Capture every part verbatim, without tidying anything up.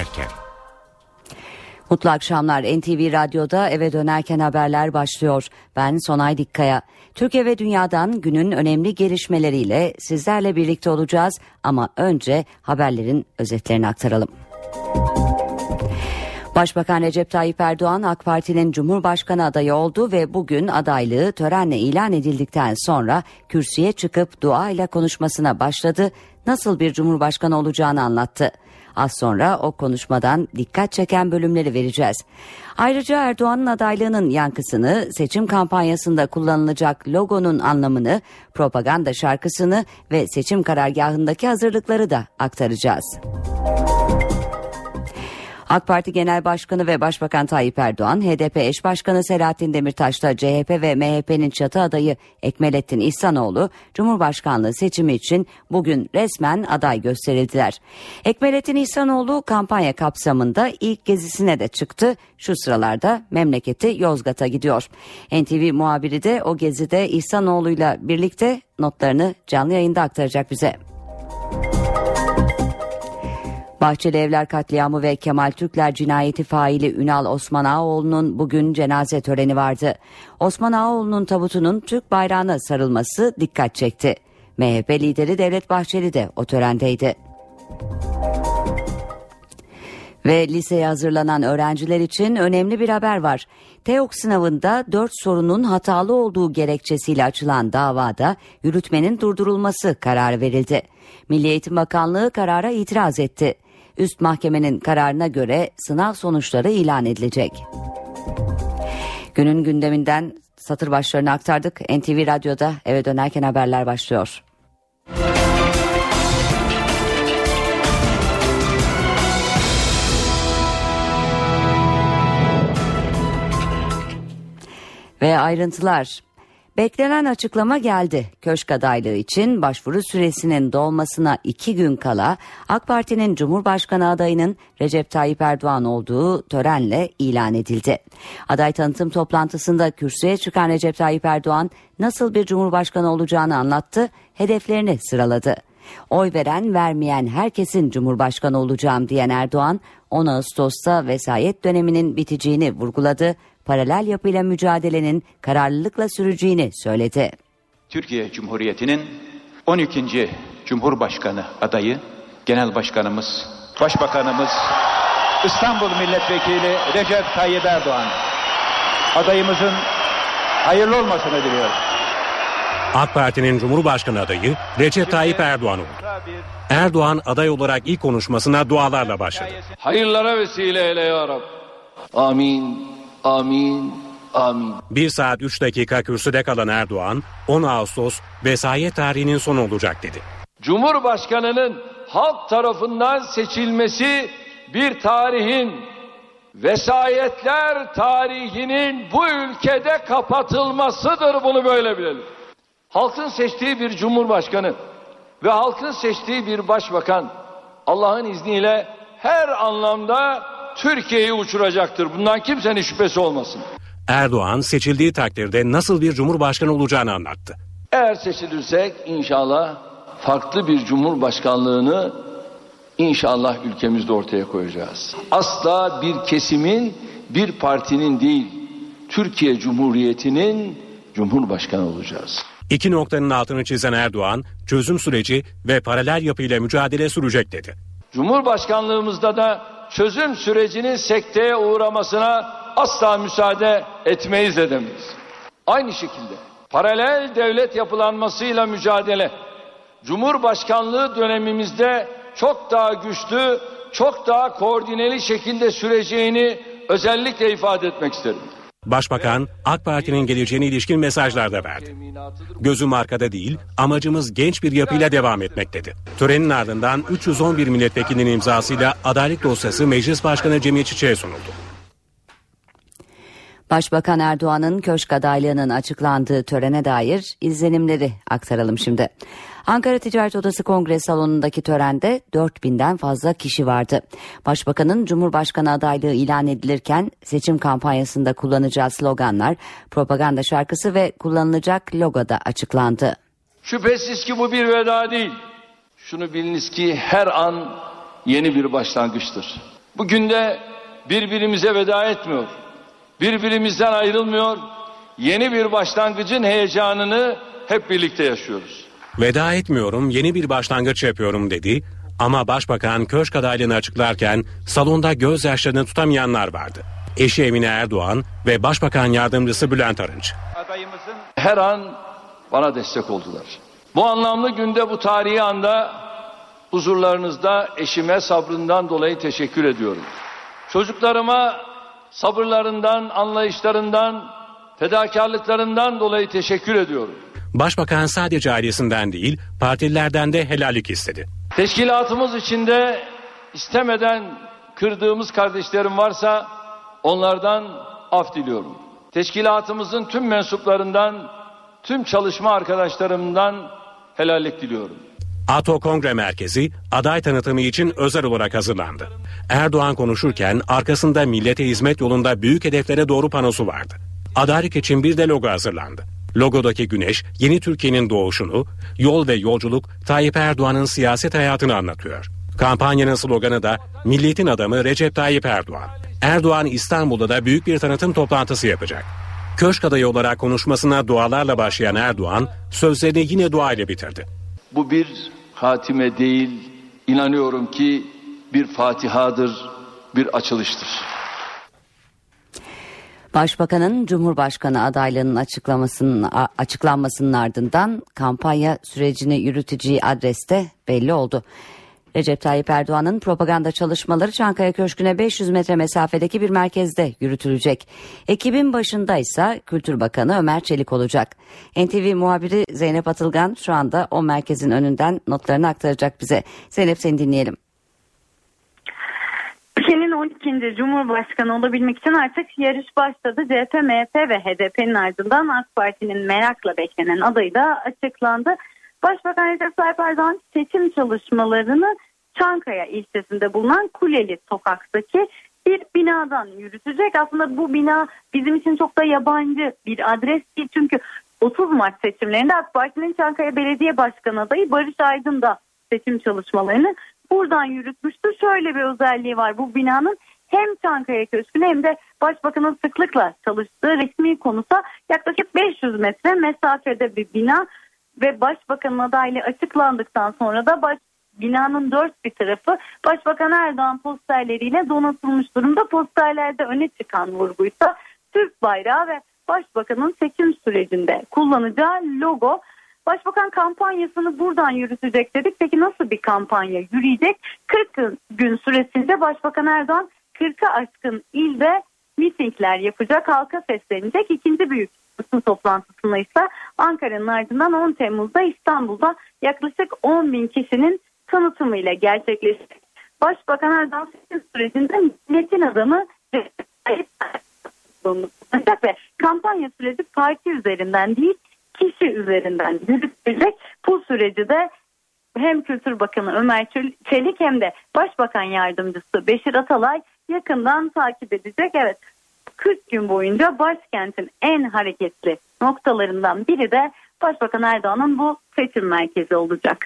dönerken. Mutlu akşamlar. N T V Radyo'da eve dönerken haberler başlıyor. Ben Sonay Dikkaya. Türkiye ve dünyadan günün önemli gelişmeleriyle sizlerle birlikte olacağız. Ama önce haberlerin özetlerini aktaralım. Başbakan Recep Tayyip Erdoğan AK Parti'nin Cumhurbaşkanı adayı oldu ve bugün adaylığı törenle ilan edildikten sonra kürsüye çıkıp dua ile konuşmasına başladı. Nasıl bir Cumhurbaşkanı olacağını anlattı. Az sonra o konuşmadan dikkat çeken bölümleri vereceğiz. Ayrıca Erdoğan'ın adaylığının yankısını, seçim kampanyasında kullanılacak logonun anlamını, propaganda şarkısını ve seçim karargahındaki hazırlıkları da aktaracağız. AK Parti Genel Başkanı ve Başbakan Tayyip Erdoğan, H D P eş başkanı Selahattin Demirtaş'la C H P ve M H P'nin çatı adayı Ekmelettin İhsanoğlu, Cumhurbaşkanlığı seçimi için bugün resmen aday gösterildiler. Ekmelettin İhsanoğlu kampanya kapsamında ilk gezisine de çıktı. Şu sıralarda memleketi Yozgat'a gidiyor. N T V muhabiri de o gezide İhsanoğlu'yla birlikte notlarını canlı yayında aktaracak bize. Bahçeli Evler katliamı ve Kemal Türkler cinayeti faili Ünal Osman Ağaoğlu'nun bugün cenaze töreni vardı. Osman Ağaoğlu'nun tabutunun Türk bayrağına sarılması dikkat çekti. M H P lideri Devlet Bahçeli de o törendeydi. Ve liseye hazırlanan öğrenciler için önemli bir haber var. TEOK sınavında dört sorunun hatalı olduğu gerekçesiyle açılan davada yürütmenin durdurulması kararı verildi. Milli Eğitim Bakanlığı karara itiraz etti. Üst mahkemenin kararına göre sınav sonuçları ilan edilecek. Günün gündeminden satır başlarını aktardık. N T V Radyo'da eve dönerken haberler başlıyor. Ve ayrıntılar. Beklenen açıklama geldi. Köşk adaylığı için başvuru süresinin dolmasına iki gün kala AK Parti'nin Cumhurbaşkanı adayının Recep Tayyip Erdoğan olduğu törenle ilan edildi. Aday tanıtım toplantısında kürsüye çıkan Recep Tayyip Erdoğan nasıl bir Cumhurbaşkanı olacağını anlattı, hedeflerini sıraladı. Oy veren vermeyen herkesin Cumhurbaşkanı olacağım diyen Erdoğan, on Ağustos'ta vesayet döneminin biteceğini vurguladı. Paralel yapıyla mücadelenin kararlılıkla süreceğini söyledi. Türkiye Cumhuriyeti'nin on ikinci Cumhurbaşkanı adayı, Genel Başkanımız, Başbakanımız, İstanbul Milletvekili Recep Tayyip Erdoğan. Adayımızın hayırlı olmasını diliyorum. AK Parti'nin Cumhurbaşkanı adayı Recep Tayyip Erdoğan oldu. Erdoğan aday olarak ilk konuşmasına dualarla başladı. Hayırlara vesile eyle ya Rab. Amin. Amin, amin. bir saat üç dakika kürsüde kalan Erdoğan, on Ağustos vesayet tarihinin sonu olacak dedi. Cumhurbaşkanının halk tarafından seçilmesi bir tarihin, vesayetler tarihinin bu ülkede kapatılmasıdır, bunu böyle bilelim. Halkın seçtiği bir cumhurbaşkanı ve halkın seçtiği bir başbakan Allah'ın izniyle her anlamda Türkiye'yi uçuracaktır. Bundan kimsenin şüphesi olmasın. Erdoğan seçildiği takdirde nasıl bir cumhurbaşkanı olacağını anlattı. Eğer seçilirsek inşallah farklı bir cumhurbaşkanlığını inşallah ülkemizde ortaya koyacağız. Asla bir kesimin, bir partinin değil, Türkiye Cumhuriyeti'nin cumhurbaşkanı olacağız. İki noktanın altını çizen Erdoğan, çözüm süreci ve paralel yapıyla mücadele sürecek dedi. Cumhurbaşkanlığımızda da çözüm sürecinin sekteye uğramasına asla müsaade etmeyiz edemeyiz. Aynı şekilde paralel devlet yapılanmasıyla mücadele, Cumhurbaşkanlığı dönemimizde çok daha güçlü, çok daha koordineli şekilde süreceğini özellikle ifade etmek isterim. Başbakan, AK Parti'nin geleceğine ilişkin mesajlar da verdi. Gözüm arkada değil, amacımız genç bir yapıyla devam etmek dedi. Törenin ardından üç yüz on bir milletvekilinin imzasıyla adaylık dosyası Meclis Başkanı Cemil Çiçek'e sunuldu. Başbakan Erdoğan'ın köşk adaylığının açıklandığı törene dair izlenimleri aktaralım şimdi. Ankara Ticaret Odası Kongre Salonu'ndaki törende dört binden fazla kişi vardı. Başbakanın Cumhurbaşkanı adaylığı ilan edilirken seçim kampanyasında kullanacağı sloganlar, propaganda şarkısı ve kullanılacak logo da açıklandı. Şüphesiz ki bu bir veda değil. Şunu biliniz ki her an yeni bir başlangıçtır. Bugün de birbirimize veda etmiyor. Birbirimizden ayrılmıyor. Yeni bir başlangıcın heyecanını hep birlikte yaşıyoruz. Veda etmiyorum, yeni bir başlangıç yapıyorum dedi. Ama Başbakan köşk adaylığını açıklarken salonda gözyaşlarını tutamayanlar vardı. Eşi Emine Erdoğan ve Başbakan Yardımcısı Bülent Arınç. Adayımızın her an bana destek oldular. Bu anlamlı günde, bu tarihi anda huzurlarınızda eşime sabrından dolayı teşekkür ediyorum. Çocuklarıma sabırlarından, anlayışlarından, fedakarlıklarından dolayı teşekkür ediyorum. Başbakan sadece ailesinden değil, partililerden de helallik istedi. Teşkilatımız içinde istemeden kırdığımız kardeşlerim varsa onlardan af diliyorum. Teşkilatımızın tüm mensuplarından, tüm çalışma arkadaşlarımdan helallik diliyorum. ATO Kongre Merkezi aday tanıtımı için özel olarak hazırlandı. Erdoğan konuşurken arkasında millete hizmet yolunda büyük hedeflere doğru panosu vardı. Adaylık için bir de logo hazırlandı. Logodaki güneş yeni Türkiye'nin doğuşunu, yol ve yolculuk Tayyip Erdoğan'ın siyaset hayatını anlatıyor. Kampanyanın sloganı da milletin adamı Recep Tayyip Erdoğan. Erdoğan İstanbul'da da büyük bir tanıtım toplantısı yapacak. Köşk adayı olarak konuşmasına dualarla başlayan Erdoğan sözlerini yine dua ile bitirdi. Bu bir hatime değil, inanıyorum ki bir fatihadır, bir açılıştır. Başbakanın Cumhurbaşkanı adaylığının açıklamasının açıklanmasının ardından kampanya sürecini yürüteceği adreste belli oldu. Recep Tayyip Erdoğan'ın propaganda çalışmaları Çankaya Köşkü'ne beş yüz metre mesafedeki bir merkezde yürütülecek. Ekibin başında ise Kültür Bakanı Ömer Çelik olacak. N T V muhabiri Zeynep Atılgan şu anda o merkezin önünden notlarını aktaracak bize. Zeynep, seni dinleyelim. Türkiye'nin on ikinci Cumhurbaşkanı olabilmek için artık yarış başladı. C H P, M H P ve H D P'nin ardından AK Parti'nin merakla beklenen adayı da açıklandı. Başbakan Recep Tayyip Erdoğan seçim çalışmalarını Çankaya ilçesinde bulunan Kuleli Sokak'taki bir binadan yürütecek. Aslında bu bina bizim için çok da yabancı bir adres değil. Çünkü otuz Mart seçimlerinde AK Parti'nin Çankaya Belediye Başkanı adayı Barış Aydın da seçim çalışmalarını buradan yürütmüştü. Şöyle bir özelliği var bu binanın: hem Çankaya Köşkü'ne hem de Başbakanın sıklıkla çalıştığı resmi konuta yaklaşık beş yüz metre mesafede bir bina ve Başbakanın adaylığı açıklandıktan sonra da baş, binanın dört bir tarafı Başbakan Erdoğan posterleriyle donatılmış durumda. Posterlerde öne çıkan vurguysa Türk bayrağı ve Başbakanın seçim sürecinde kullanacağı logo. Başbakan kampanyasını buradan yürütecek dedik. Peki nasıl bir kampanya yürüyecek? kırk gün süresince Başbakan Erdoğan kırka aşkın ilde mitingler yapacak, halka seslenecek. İkinci büyük basın toplantısında ise Ankara'nın ardından on Temmuz'da İstanbul'da yaklaşık on bin kişinin tanıtımıyla gerçekleşecek. Başbakan Erdoğan seçim sürecinde milletin adamı ve kampanya süreci parti üzerinden değil, kişi üzerinden yürütülecek. Bu süreci de hem Kültür Bakanı Ömer Çelik hem de Başbakan Yardımcısı Beşir Atalay yakından takip edecek. Evet, kırk gün boyunca başkentin en hareketli noktalarından biri de Başbakan Erdoğan'ın bu seçim merkezi olacak.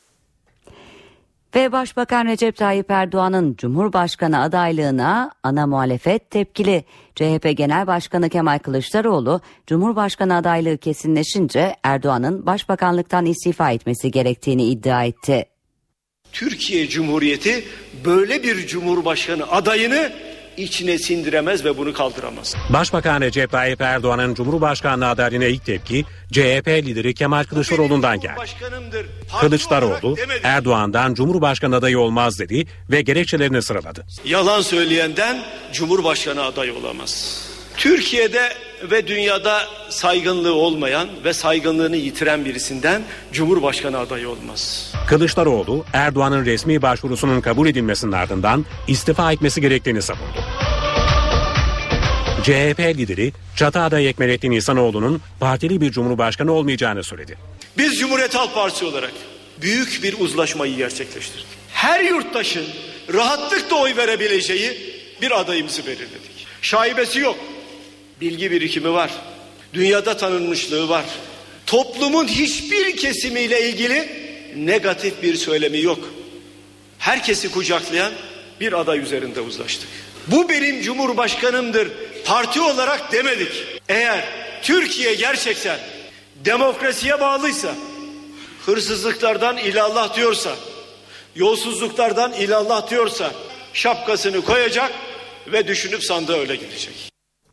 Ve Başbakan Recep Tayyip Erdoğan'ın Cumhurbaşkanı adaylığına ana muhalefet tepkili. C H P Genel Başkanı Kemal Kılıçdaroğlu, Cumhurbaşkanı adaylığı kesinleşince Erdoğan'ın başbakanlıktan istifa etmesi gerektiğini iddia etti. Türkiye Cumhuriyeti böyle bir Cumhurbaşkanı adayını içine sindiremez ve bunu kaldıramaz. Başbakan Recep Tayyip Erdoğan'ın Cumhurbaşkanlığı adaylığına ilk tepki C H P lideri Kemal Kılıçdaroğlu'ndan geldi. Kılıçdaroğlu Erdoğan'dan Cumhurbaşkanı adayı olmaz dedi ve gerekçelerini sıraladı. Yalan söyleyenden Cumhurbaşkanı adayı olamaz. Türkiye'de ve dünyada saygınlığı olmayan ve saygınlığını yitiren birisinden Cumhurbaşkanı adayı olmaz. Kılıçdaroğlu Erdoğan'ın resmi başvurusunun kabul edilmesinin ardından istifa etmesi gerektiğini savundu. C H P lideri çatı adayı Ekmelettin İhsanoğlu'nun partili bir cumhurbaşkanı olmayacağını söyledi. Biz Cumhuriyet Halk Partisi olarak büyük bir uzlaşmayı gerçekleştirdik. Her yurttaşın rahatlıkla oy verebileceği bir adayımızı belirledik. Şaibesi yok. Bilgi birikimi var. Dünyada tanınmışlığı var. Toplumun hiçbir kesimiyle ilgili negatif bir söylemi yok. Herkesi kucaklayan, bir aday üzerinde uzlaştık. Bu benim cumhurbaşkanımdır parti olarak demedik. Eğer Türkiye gerçekten demokrasiye bağlıysa, hırsızlıklardan ilallah diyorsa, yolsuzluklardan ilallah diyorsa şapkasını koyacak ve düşünüp sandığa öyle gidecek.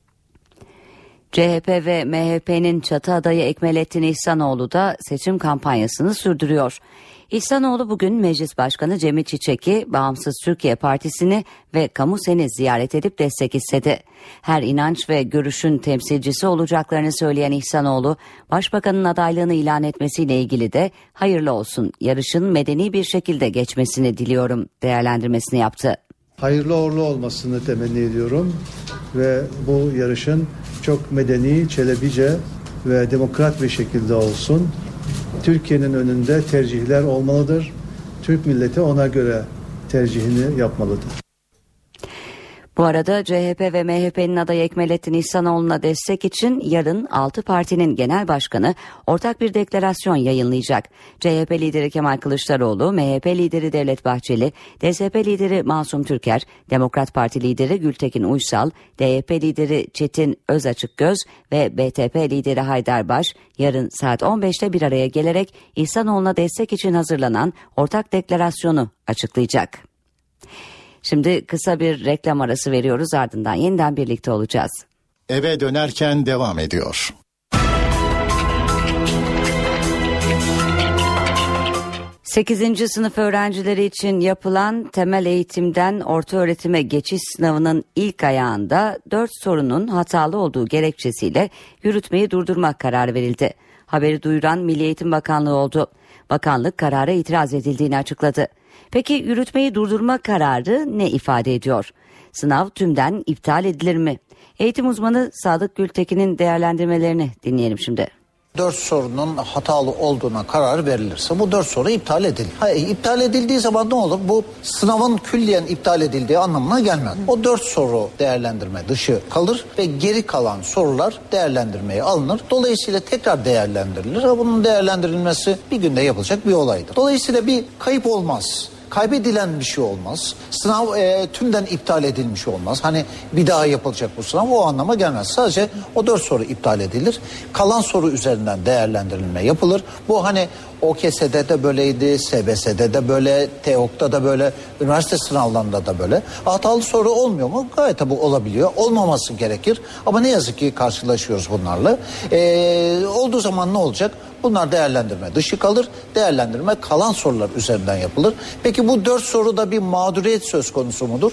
C H P ve M H P'nin çatı adayı Ekmelettin İhsanoğlu da seçim kampanyasını sürdürüyor. İhsanoğlu bugün Meclis Başkanı Cemil Çiçek'i, Bağımsız Türkiye Partisi'ni ve Kamusen'i ziyaret edip destek istedi. Her inanç ve görüşün temsilcisi olacaklarını söyleyen İhsanoğlu, Başbakanın adaylığını ilan etmesiyle ilgili de hayırlı olsun, yarışın medeni bir şekilde geçmesini diliyorum değerlendirmesini yaptı. Hayırlı uğurlu olmasını temenni ediyorum ve bu yarışın çok medeni, çelebice ve demokrat bir şekilde olsun. Türkiye'nin önünde tercihler olmalıdır. Türk milleti ona göre tercihini yapmalıdır. Bu arada C H P ve M H P'nin adayı Ekmelettin İhsanoğlu'na destek için yarın altı partinin genel başkanı ortak bir deklarasyon yayınlayacak. C H P lideri Kemal Kılıçdaroğlu, M H P lideri Devlet Bahçeli, D S P lideri Masum Türker, Demokrat Parti lideri Gültekin Uysal, D Y P lideri Çetin Özaçıkgöz ve B T P lideri Haydar Baş yarın saat on beşte bir araya gelerek İhsanoğlu'na destek için hazırlanan ortak deklarasyonu açıklayacak. Şimdi kısa bir reklam arası veriyoruz, ardından yeniden birlikte olacağız. Eve dönerken devam ediyor. sekizinci sınıf öğrencileri için yapılan temel eğitimden orta öğretime geçiş sınavının ilk ayağında dört sorunun hatalı olduğu gerekçesiyle yürütmeyi durdurmak kararı verildi. Haberi duyuran Milli Eğitim Bakanlığı oldu. Bakanlık karara itiraz edildiğini açıkladı. Peki yürütmeyi durdurma kararı ne ifade ediyor? Sınav tümden iptal edilir mi? Eğitim uzmanı Sadık Gültekin'in değerlendirmelerini dinleyelim şimdi. Dört sorunun hatalı olduğuna karar verilirse bu dört soru iptal edilir. Hayır, iptal edildiği zaman ne olur? Bu sınavın külliyen iptal edildiği anlamına gelmez. O dört soru değerlendirme dışı kalır ve geri kalan sorular değerlendirmeye alınır. Dolayısıyla tekrar değerlendirilir. Bunun değerlendirilmesi bir günde yapılacak bir olaydır. Dolayısıyla bir kayıp olmaz. Kaybedilen bir şey olmaz. Sınav e, tümden iptal edilmiş olmaz. Hani bir daha yapılacak bu sınav, o anlama gelmez. Sadece o dört soru iptal edilir. Kalan soru üzerinden değerlendirilme yapılır. Bu hani O K S'de de böyleydi, S B S'de de böyle, T O K'ta da böyle, üniversite sınavlarında da böyle. Hatalı soru olmuyor mu? Gayet tabii olabiliyor. Olmaması gerekir. Ama ne yazık ki karşılaşıyoruz bunlarla. E, olduğu zaman ne olacak? Bunlar değerlendirme dışı kalır. Değerlendirme kalan sorular üzerinden yapılır. Peki bu dört soruda bir mağduriyet söz konusu mudur?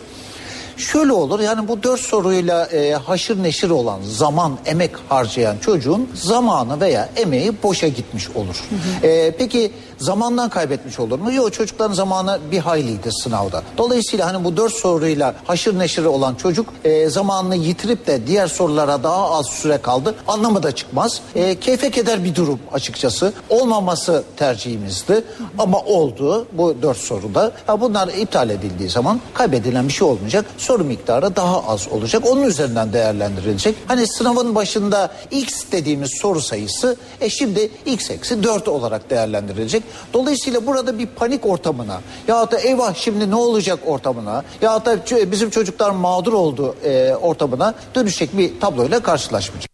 Şöyle olur, yani bu dört soruyla e, haşır neşir olan, zaman, emek harcayan çocuğun zamanı veya emeği boşa gitmiş olur. Hı hı. E, peki zamandan kaybetmiş olur mu? Yok, çocukların zamanı bir hayliydi sınavda. Dolayısıyla hani bu dört soruyla haşır neşir olan çocuk e, zamanını yitirip de diğer sorulara daha az süre kaldı anlamı da çıkmaz. E, keyfe keder bir durum açıkçası. Olmaması tercihimizdi, hı hı, ama oldu bu dört soruda. Ya bunlar iptal edildiği zaman kaybedilen bir şey olmayacak. Soru miktarı daha az olacak. Onun üzerinden değerlendirilecek. Hani sınavın başında X dediğimiz soru sayısı e şimdi X eksi dört olarak değerlendirilecek. Dolayısıyla burada bir panik ortamına ya da eyvah şimdi ne olacak ortamına ya da bizim çocuklar mağdur oldu e, ortamına dönüşecek bir tabloyla karşılaşmayacak.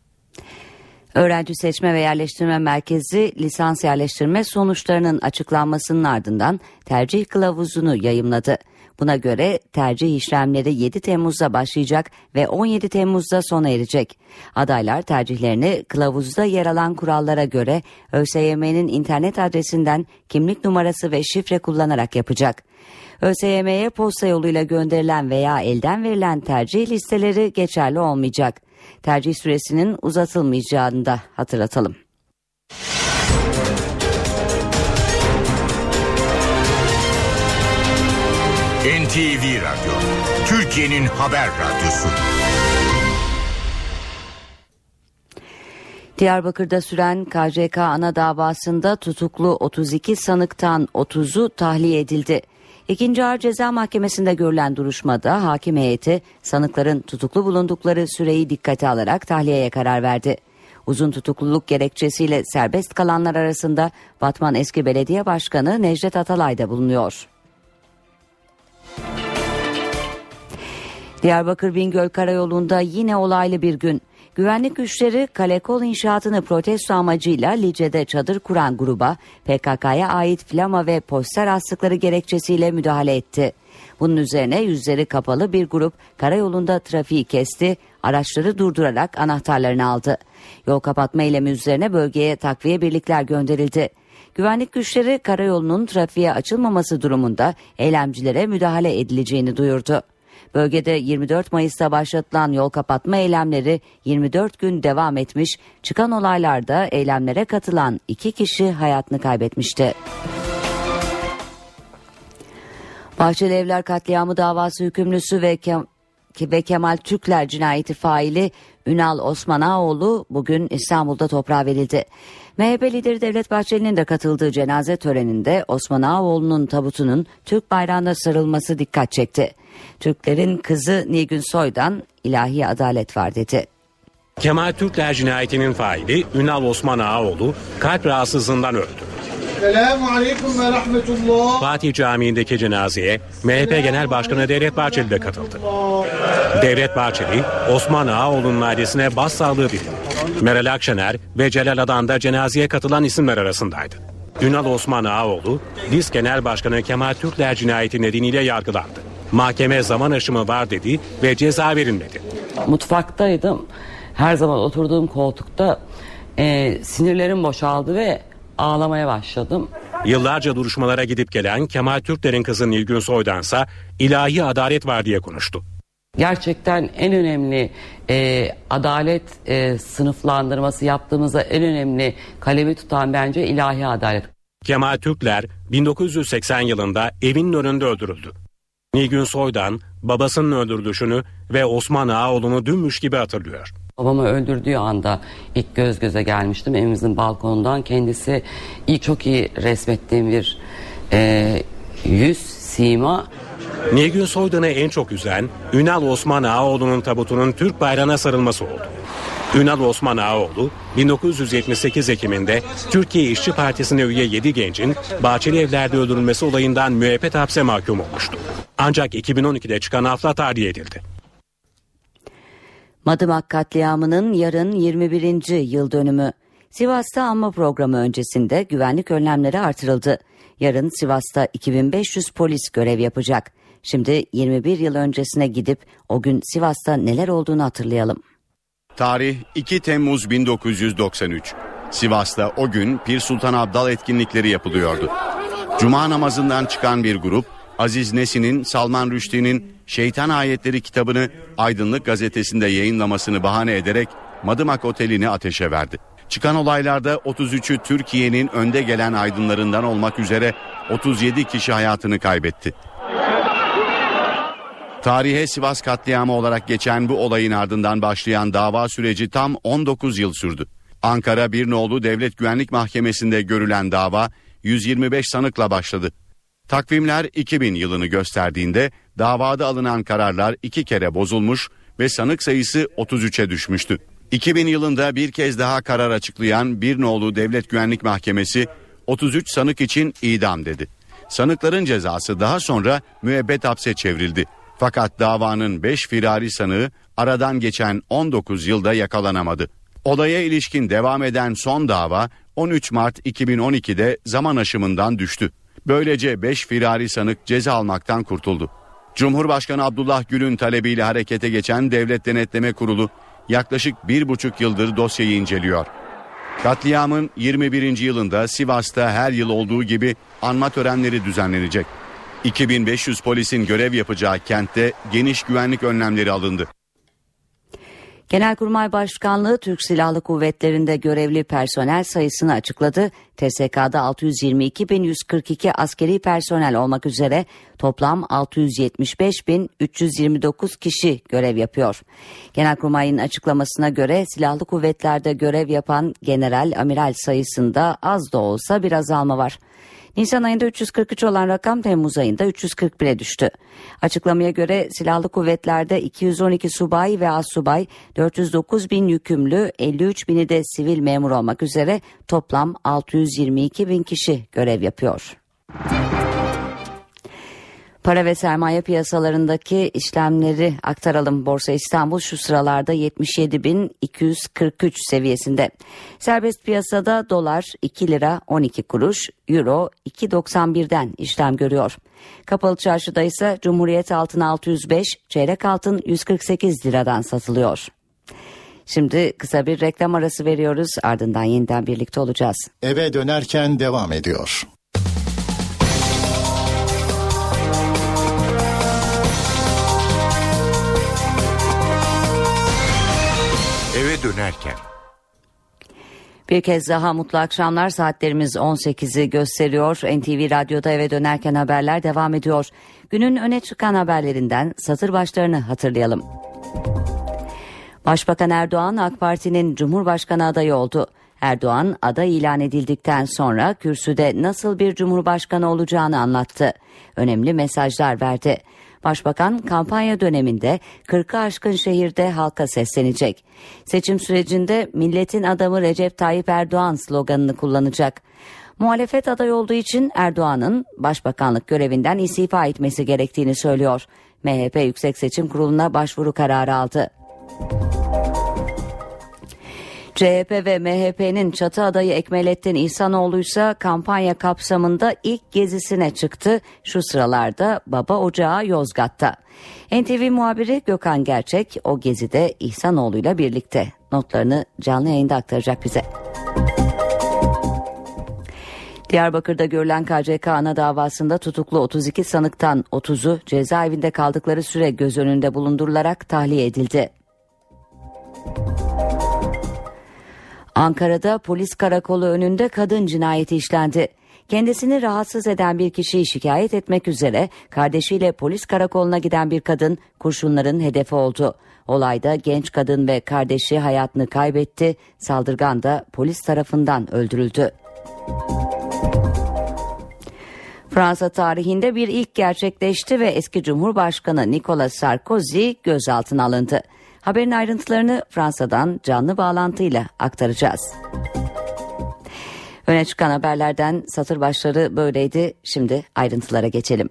Öğrenci Seçme ve Yerleştirme Merkezi lisans yerleştirme sonuçlarının açıklanmasının ardından tercih kılavuzunu yayımladı. Buna göre tercih işlemleri yedi Temmuz'da başlayacak ve on yedi Temmuz'da sona erecek. Adaylar tercihlerini kılavuzda yer alan kurallara göre ÖSYM'nin internet adresinden kimlik numarası ve şifre kullanarak yapacak. ÖSYM'ye posta yoluyla gönderilen veya elden verilen tercih listeleri geçerli olmayacak. Tercih süresinin uzatılmayacağını da hatırlatalım. N T V Radyo, Türkiye'nin haber radyosu. Diyarbakır'da süren K C K ana davasında tutuklu otuz iki sanıktan otuzu tahliye edildi. İkinci Ağır Ceza Mahkemesi'nde görülen duruşmada hakim heyeti sanıkların tutuklu bulundukları süreyi dikkate alarak tahliyeye karar verdi. Uzun tutukluluk gerekçesiyle serbest kalanlar arasında Batman eski belediye başkanı Necdet Atalay da bulunuyor. Diyarbakır Bingöl Karayolu'nda yine olaylı bir gün. Güvenlik güçleri Kalekol inşaatını protesto amacıyla Lice'de çadır kuran gruba P K K'ya ait flama ve poster astıkları gerekçesiyle müdahale etti. Bunun üzerine yüzleri kapalı bir grup karayolunda trafiği kesti, araçları durdurarak anahtarlarını aldı. Yol kapatma eylemi üzerine bölgeye takviye birlikler gönderildi. Güvenlik güçleri karayolunun trafiğe açılmaması durumunda eylemcilere müdahale edileceğini duyurdu. Bölgede yirmi dört Mayıs'ta başlatılan yol kapatma eylemleri yirmi dört gün devam etmiş, çıkan olaylarda eylemlere katılan iki kişi hayatını kaybetmişti. Bahçeli Evler katliamı davası hükümlüsü ve Kem- ve Kemal Türkler cinayeti faili Ünal Osman Ağaoğlu bugün İstanbul'da toprağa verildi. M H P lideri Devlet Bahçeli'nin de katıldığı cenaze töreninde Osman Ağaoğlu'nun tabutunun Türk bayrağına sarılması dikkat çekti. Türklerin kızı Nilgün Soy'dan ilahi adalet var dedi. Kemal Türkler cinayetinin faili Ünal Osman Ağaoğlu kalp rahatsızlığından öldü. Selamünaleyküm ve rahmetullah. Fatih Camii'ndeki cenazeye M H P Genel Başkanı Devlet Bahçeli de katıldı. Devlet Bahçeli, Osman Ağaoğlu'nun ailesine başsağlığı diledi. Meral Akşener ve Celal Adan da cenazeye katılan isimler arasındaydı. Ünal Osman Ağaoğlu, Disk Genel Başkanı Kemal Türkler cinayeti nedeniyle yargılandı. Mahkeme zaman aşımı var dedi ve ceza verilmedi. Mutfaktaydım. Her zaman oturduğum koltukta e, sinirlerim boşaldı ve ağlamaya başladım. Yıllarca duruşmalara gidip gelen Kemal Türkler'in kızı Nilgün Soy'dansa ilahi adalet var diye konuştu. Gerçekten en önemli e, adalet e, sınıflandırması yaptığımızda en önemli kalemi tutan bence ilahi adalet. Kemal Türkler bin dokuz yüz seksen yılında evinin önünde öldürüldü. Nilgün Soy'dan babasının öldürülüşünü ve Osman Ağaoğlu'nu dünmüş gibi hatırlıyor. Babamı öldürdüğü anda ilk göz göze gelmiştim evimizin balkonundan. Kendisi ilk çok iyi resmettiğim bir e, yüz, sima. Nilgün Soydan'ı en çok üzen Ünal Osman Ağaoğlu'nun tabutunun Türk bayrağına sarılması oldu. Ünal Osman Ağaoğlu bin dokuz yüz yetmiş sekiz Ekim'inde Türkiye İşçi Partisi'ne üye yedi gencin Bahçeli Evler'de öldürülmesi olayından müebbet hapse mahkum olmuştu. Ancak iki bin on ikide çıkan afla tahliye edildi. Madımak katliamının yarın yirmi birinci yıl dönümü. Sivas'ta anma programı öncesinde güvenlik önlemleri artırıldı. Yarın Sivas'ta iki bin beş yüz polis görev yapacak. Şimdi yirmi bir yıl öncesine gidip o gün Sivas'ta neler olduğunu hatırlayalım. Tarih iki Temmuz bin dokuz yüz doksan üç. Sivas'ta o gün Pir Sultan Abdal etkinlikleri yapılıyordu. Cuma namazından çıkan bir grup Aziz Nesin'in Salman Rushdie'nin Şeytan Ayetleri kitabını Aydınlık gazetesinde yayınlamasını bahane ederek Madımak Oteli'ni ateşe verdi. Çıkan olaylarda otuz üçü Türkiye'nin önde gelen aydınlarından olmak üzere otuz yedi kişi hayatını kaybetti. Tarihe Sivas katliamı olarak geçen bu olayın ardından başlayan dava süreci tam on dokuz yıl sürdü. Ankara Bir Nolu Devlet Güvenlik Mahkemesi'nde görülen dava yüz yirmi beş sanıkla başladı. Takvimler iki bin yılını gösterdiğinde davada alınan kararlar iki kere bozulmuş ve sanık sayısı otuz üçe düşmüştü. iki bin yılında bir kez daha karar açıklayan Bir Nolu Devlet Güvenlik Mahkemesi otuz üç sanık için idam dedi. Sanıkların cezası daha sonra müebbet hapse çevrildi. Fakat davanın beş firari sanığı aradan geçen on dokuz yılda yakalanamadı. Olaya ilişkin devam eden son dava on üç Mart iki bin on ikide zaman aşımından düştü. Böylece beş firari sanık ceza almaktan kurtuldu. Cumhurbaşkanı Abdullah Gül'ün talebiyle harekete geçen Devlet Denetleme Kurulu yaklaşık bir buçuk yıldır dosyayı inceliyor. Katliamın yirmi birinci yılında Sivas'ta her yıl olduğu gibi anma törenleri düzenlenecek. iki bin beş yüz polisin görev yapacağı kentte geniş güvenlik önlemleri alındı. Genelkurmay Başkanlığı Türk Silahlı Kuvvetleri'nde görevli personel sayısını açıkladı. T S K'da altı yüz yirmi iki bin yüz kırk iki askeri personel olmak üzere toplam altı yüz yetmiş beş bin üç yüz yirmi dokuz kişi görev yapıyor. Genelkurmay'ın açıklamasına göre silahlı kuvvetlerde görev yapan general amiral sayısında az da olsa bir azalma var. Nisan ayında üç yüz kırk üç olan rakam Temmuz ayında üç yüz kırk bire düştü. Açıklamaya göre silahlı kuvvetlerde iki yüz on iki subay ve astsubay, dört yüz dokuz bin yükümlü, elli üç bini de sivil memur olmak üzere toplam altı yüz yirmi iki bin kişi görev yapıyor. Para ve sermaye piyasalarındaki işlemleri aktaralım. Borsa İstanbul şu sıralarda yetmiş yedi bin iki yüz kırk üç seviyesinde. Serbest piyasada dolar iki lira on iki kuruş, euro iki doksan birden işlem görüyor. Kapalı çarşıda ise Cumhuriyet altın altı yüz beş, çeyrek altın yüz kırk sekiz liradan satılıyor. Şimdi kısa bir reklam arası veriyoruz, ardından yeniden birlikte olacağız. Eve dönerken devam ediyor. Eve dönerken. Bir kez daha mutlu akşamlar. Saatlerimiz on sekizi gösteriyor. N T V Radyo'da eve dönerken haberler devam ediyor. Günün öne çıkan haberlerinden satır başlarını hatırlayalım. Başbakan Erdoğan AK Parti'nin Cumhurbaşkanı adayı oldu. Erdoğan aday ilan edildikten sonra kürsüde nasıl bir cumhurbaşkanı olacağını anlattı. Önemli mesajlar verdi. Başbakan kampanya döneminde kırkı aşkın şehirde halka seslenecek. Seçim sürecinde milletin adamı Recep Tayyip Erdoğan sloganını kullanacak. Muhalefet aday olduğu için Erdoğan'ın başbakanlık görevinden istifa etmesi gerektiğini söylüyor. M H P Yüksek Seçim Kurulu'na başvuru kararı aldı. C H P ve M H P'nin çatı adayı Ekmelettin İhsanoğlu ise kampanya kapsamında ilk gezisine çıktı. Şu sıralarda Baba Ocağı Yozgat'ta. N T V muhabiri Gökhan Gerçek o gezide İhsanoğlu'yla birlikte. Notlarını canlı yayında aktaracak bize. Diyarbakır'da görülen K C K ana davasında tutuklu otuz iki sanıktan otuzu cezaevinde kaldıkları süre göz önünde bulundurularak tahliye edildi. Ankara'da polis karakolu önünde kadın cinayeti işlendi. Kendisini rahatsız eden bir kişiyi şikayet etmek üzere kardeşiyle polis karakoluna giden bir kadın kurşunların hedefi oldu. Olayda genç kadın ve kardeşi hayatını kaybetti. Saldırgan da polis tarafından öldürüldü. Fransa tarihinde bir ilk gerçekleşti ve eski Cumhurbaşkanı Nicolas Sarkozy gözaltına alındı. Haberin ayrıntılarını Fransa'dan canlı bağlantıyla aktaracağız. Öne çıkan haberlerden satır başları böyleydi. Şimdi ayrıntılara geçelim.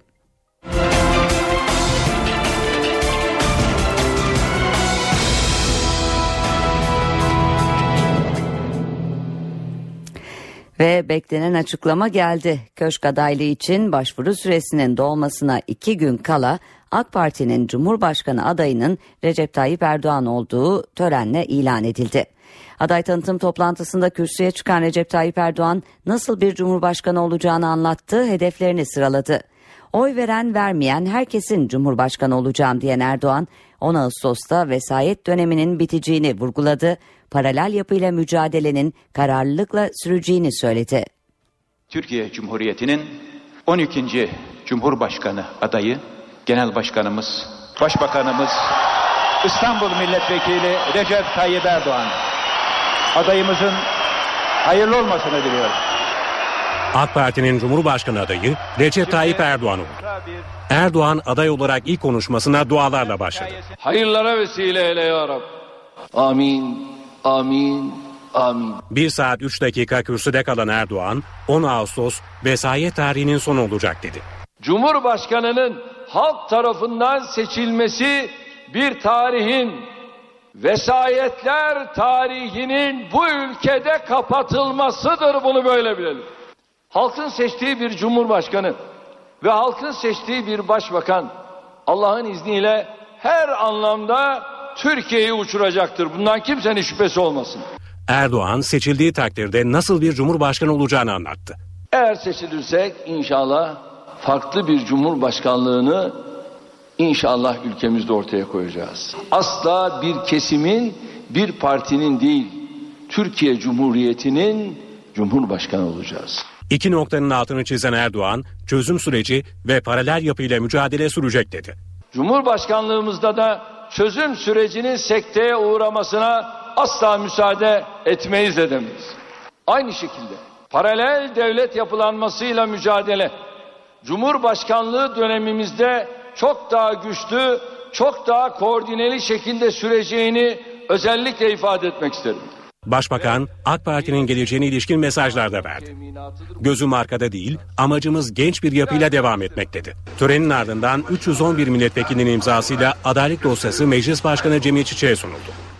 Ve beklenen açıklama geldi. Köşk adaylığı için başvuru süresinin dolmasına iki gün kala AK Parti'nin Cumhurbaşkanı adayının Recep Tayyip Erdoğan olduğu törenle ilan edildi. Aday tanıtım toplantısında kürsüye çıkan Recep Tayyip Erdoğan nasıl bir Cumhurbaşkanı olacağını anlattı, hedeflerini sıraladı. Oy veren vermeyen herkesin Cumhurbaşkanı olacağım diyen Erdoğan, on Ağustos'ta vesayet döneminin biteceğini vurguladı, paralel yapıyla mücadelenin kararlılıkla süreceğini söyledi. Türkiye Cumhuriyeti'nin on ikinci Cumhurbaşkanı adayı, Genel Başkanımız, Başbakanımız, İstanbul Milletvekili Recep Tayyip Erdoğan. Adayımızın hayırlı olmasını diliyorum. AK Parti'nin Cumhurbaşkanı adayı Recep Tayyip Erdoğan oldu. Erdoğan aday olarak ilk konuşmasına dualarla başladı. Hayırlara vesile eyle ya Rab. Amin, amin, amin. bir saat üç dakika kürsüde kalan Erdoğan, on Ağustos vesayet tarihinin sonu olacak dedi. Cumhurbaşkanının halk tarafından seçilmesi bir tarihin, vesayetler tarihinin bu ülkede kapatılmasıdır, bunu böyle bilelim. Halkın seçtiği bir cumhurbaşkanı ve halkın seçtiği bir başbakan Allah'ın izniyle her anlamda Türkiye'yi uçuracaktır. Bundan kimsenin şüphesi olmasın. Erdoğan seçildiği takdirde nasıl bir cumhurbaşkanı olacağını anlattı. Eğer seçilirsek inşallah farklı bir cumhurbaşkanlığını İnşallah ülkemizde ortaya koyacağız. Asla bir kesimin, bir partinin değil, Türkiye Cumhuriyeti'nin Cumhurbaşkanı olacağız. İki noktanın altını çizen Erdoğan, çözüm süreci ve paralel yapıyla mücadele sürecek dedi. Cumhurbaşkanlığımızda da çözüm sürecinin sekteye uğramasına asla müsaade etmeyiz edemeyiz. Aynı şekilde paralel devlet yapılanmasıyla mücadele, Cumhurbaşkanlığı dönemimizde çok daha güçlü, çok daha koordineli şekilde süreceğini özellikle ifade etmek isterim. Başbakan AK Parti'nin geleceğine ilişkin mesajlar da verdi. Gözüm arkada değil, amacımız genç bir yapıyla devam etmek dedi. Törenin ardından üç yüz on bir milletvekilinin imzasıyla adalet dosyası Meclis Başkanı Cemil Çiçek'e sunuldu.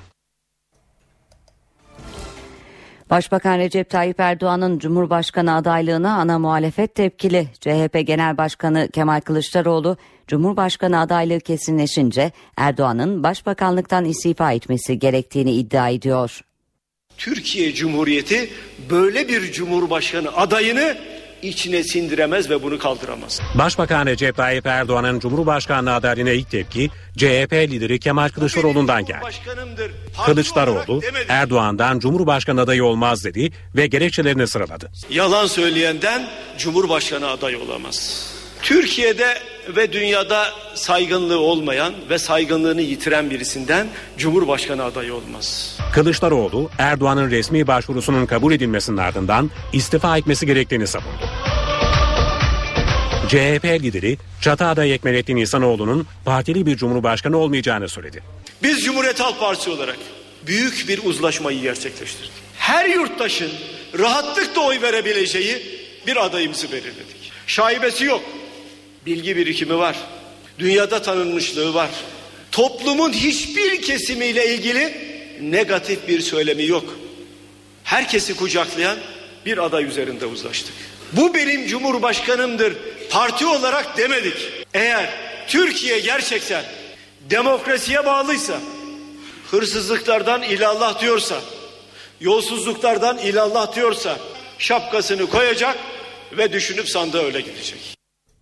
Başbakan Recep Tayyip Erdoğan'ın Cumhurbaşkanı adaylığına ana muhalefet tepkili. C H P Genel Başkanı Kemal Kılıçdaroğlu, Cumhurbaşkanı adaylığı kesinleşince Erdoğan'ın başbakanlıktan istifa etmesi gerektiğini iddia ediyor. Türkiye Cumhuriyeti böyle bir cumhurbaşkanı adayını içine sindiremez ve bunu kaldıramaz. Başbakan Recep Tayyip Erdoğan'ın Cumhurbaşkanlığı adaylığına ilk tepki C H P lideri Kemal Kılıçdaroğlu'ndan geldi. Kılıçdaroğlu Erdoğan'dan Cumhurbaşkanı adayı olmaz dedi ve gerekçelerini sıraladı. Yalan söyleyenden Cumhurbaşkanı adayı olamaz. Türkiye'de ve dünyada saygınlığı olmayan ve saygınlığını yitiren birisinden Cumhurbaşkanı adayı olmaz. Kılıçdaroğlu Erdoğan'ın resmi başvurusunun kabul edilmesinin ardından istifa etmesi gerektiğini savundu. C H P lideri Çatı adayı Ekmelettin İhsanoğlu'nun partili bir cumhurbaşkanı olmayacağını söyledi. Biz Cumhuriyet Halk Partisi olarak büyük bir uzlaşmayı gerçekleştirdik. Her yurttaşın rahatlıkla oy verebileceği bir adayımızı belirledik. Şaibesi yok. Bilgi birikimi var. Dünyada tanınmışlığı var. Toplumun hiçbir kesimiyle ilgili negatif bir söylemi yok. Herkesi kucaklayan bir aday üzerinde uzlaştık. Bu benim cumhurbaşkanımdır parti olarak demedik. Eğer Türkiye gerçekten demokrasiye bağlıysa, hırsızlıklardan ilallah diyorsa, yolsuzluklardan ilallah diyorsa şapkasını koyacak ve düşünüp sandığa öyle gidecek.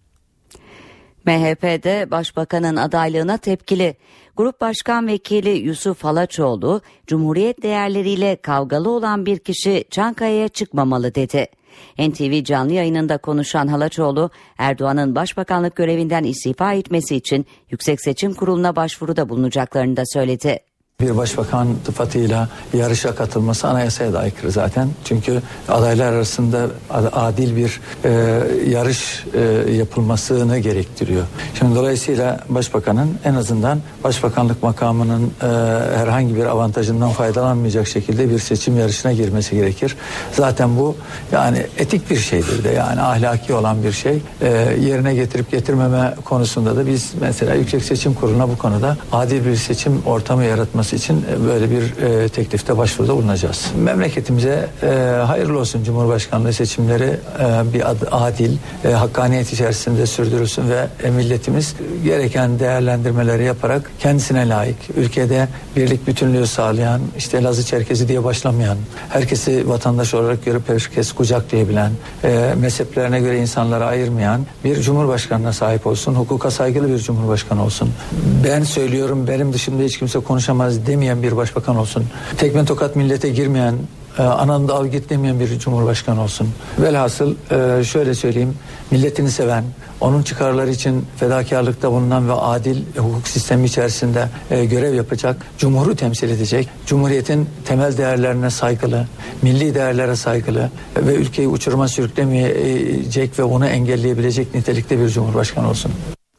M H P'de başbakanın adaylığına tepkili. Grup Başkan Vekili Yusuf Halaçoğlu, Cumhuriyet değerleriyle kavgalı olan bir kişi Çankaya'ya çıkmamalı dedi. N T V canlı yayınında konuşan Halaçoğlu, Erdoğan'ın başbakanlık görevinden istifa etmesi için Yüksek Seçim Kurulu'na başvuruda bulunacaklarını da söyledi. Bir başbakan sıfatıyla yarışa katılması anayasaya da aykırı zaten. Çünkü adaylar arasında adil bir e, yarış e, yapılmasını gerektiriyor. Şimdi dolayısıyla başbakanın en azından başbakanlık makamının e, herhangi bir avantajından faydalanmayacak şekilde bir seçim yarışına girmesi gerekir. Zaten bu yani etik bir şeydir de, yani ahlaki olan bir şey. E, yerine getirip getirmeme konusunda da biz mesela Yüksek Seçim Kurulu'na bu konuda adil bir seçim ortamı yaratması için böyle bir e, teklifte başvuruda bulunacağız. Memleketimize e, hayırlı olsun, Cumhurbaşkanlığı seçimleri e, bir ad, adil, e, hakkaniyet içerisinde sürdürülsün ve e, milletimiz gereken değerlendirmeleri yaparak kendisine layık, ülkede birlik bütünlüğü sağlayan, işte Lazı Çerkezi diye başlamayan, herkesi vatandaş olarak görüp herkes kucaklayabilen, e, mezheplerine göre insanları ayırmayan bir Cumhurbaşkanına sahip olsun, hukuka saygılı bir Cumhurbaşkanı olsun. Ben söylüyorum, benim dışımda hiç kimse konuşamaz demeyen bir başbakan olsun. Tekme tokat millete girmeyen, e, ananda al git demeyen bir cumhurbaşkanı olsun. Velhasıl e, şöyle söyleyeyim, milletini seven, onun çıkarları için fedakarlıkta bulunan ve adil hukuk sistemi içerisinde e, görev yapacak, cumhuru temsil edecek, cumhuriyetin temel değerlerine saygılı, milli değerlere saygılı ve ülkeyi uçuruma sürüklemeyecek ve onu engelleyebilecek nitelikte bir cumhurbaşkanı olsun.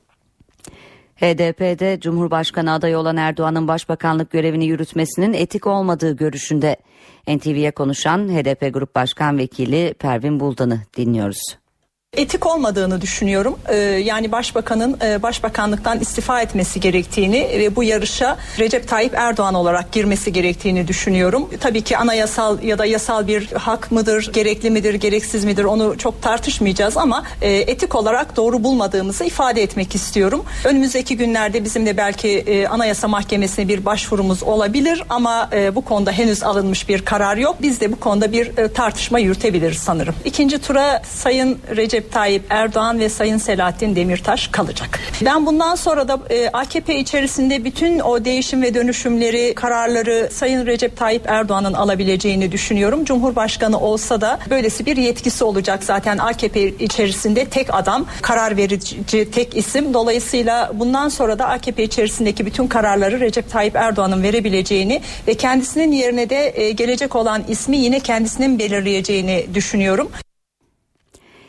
H D P'de Cumhurbaşkanı adayı olan Erdoğan'ın başbakanlık görevini yürütmesinin etik olmadığı görüşünde. N T V'ye konuşan H D P Grup Başkan Vekili Pervin Buldan'ı dinliyoruz. Etik olmadığını düşünüyorum. Ee, yani başbakanın e, başbakanlıktan istifa etmesi gerektiğini ve bu yarışa Recep Tayyip Erdoğan olarak girmesi gerektiğini düşünüyorum. Tabii ki anayasal ya da yasal bir hak mıdır, gerekli midir, gereksiz midir onu çok tartışmayacağız ama e, etik olarak doğru bulmadığımızı ifade etmek istiyorum. Önümüzdeki günlerde bizim de belki e, Anayasa Mahkemesi'ne bir başvurumuz olabilir ama e, bu konuda henüz alınmış bir karar yok. Biz de bu konuda bir e, tartışma yürütebiliriz sanırım. İkinci tura Sayın Recep Tayyip Erdoğan ve Sayın Selahattin Demirtaş kalacak. Ben bundan sonra da e, A K P içerisinde bütün o değişim ve dönüşümleri, kararları Sayın Recep Tayyip Erdoğan'ın alabileceğini düşünüyorum. Cumhurbaşkanı olsa da böylesi bir yetkisi olacak zaten. A K P içerisinde tek adam, karar verici tek isim. Dolayısıyla bundan sonra da A K P içerisindeki bütün kararları Recep Tayyip Erdoğan'ın verebileceğini ve kendisinin yerine de e, gelecek olan ismi yine kendisinin belirleyeceğini düşünüyorum.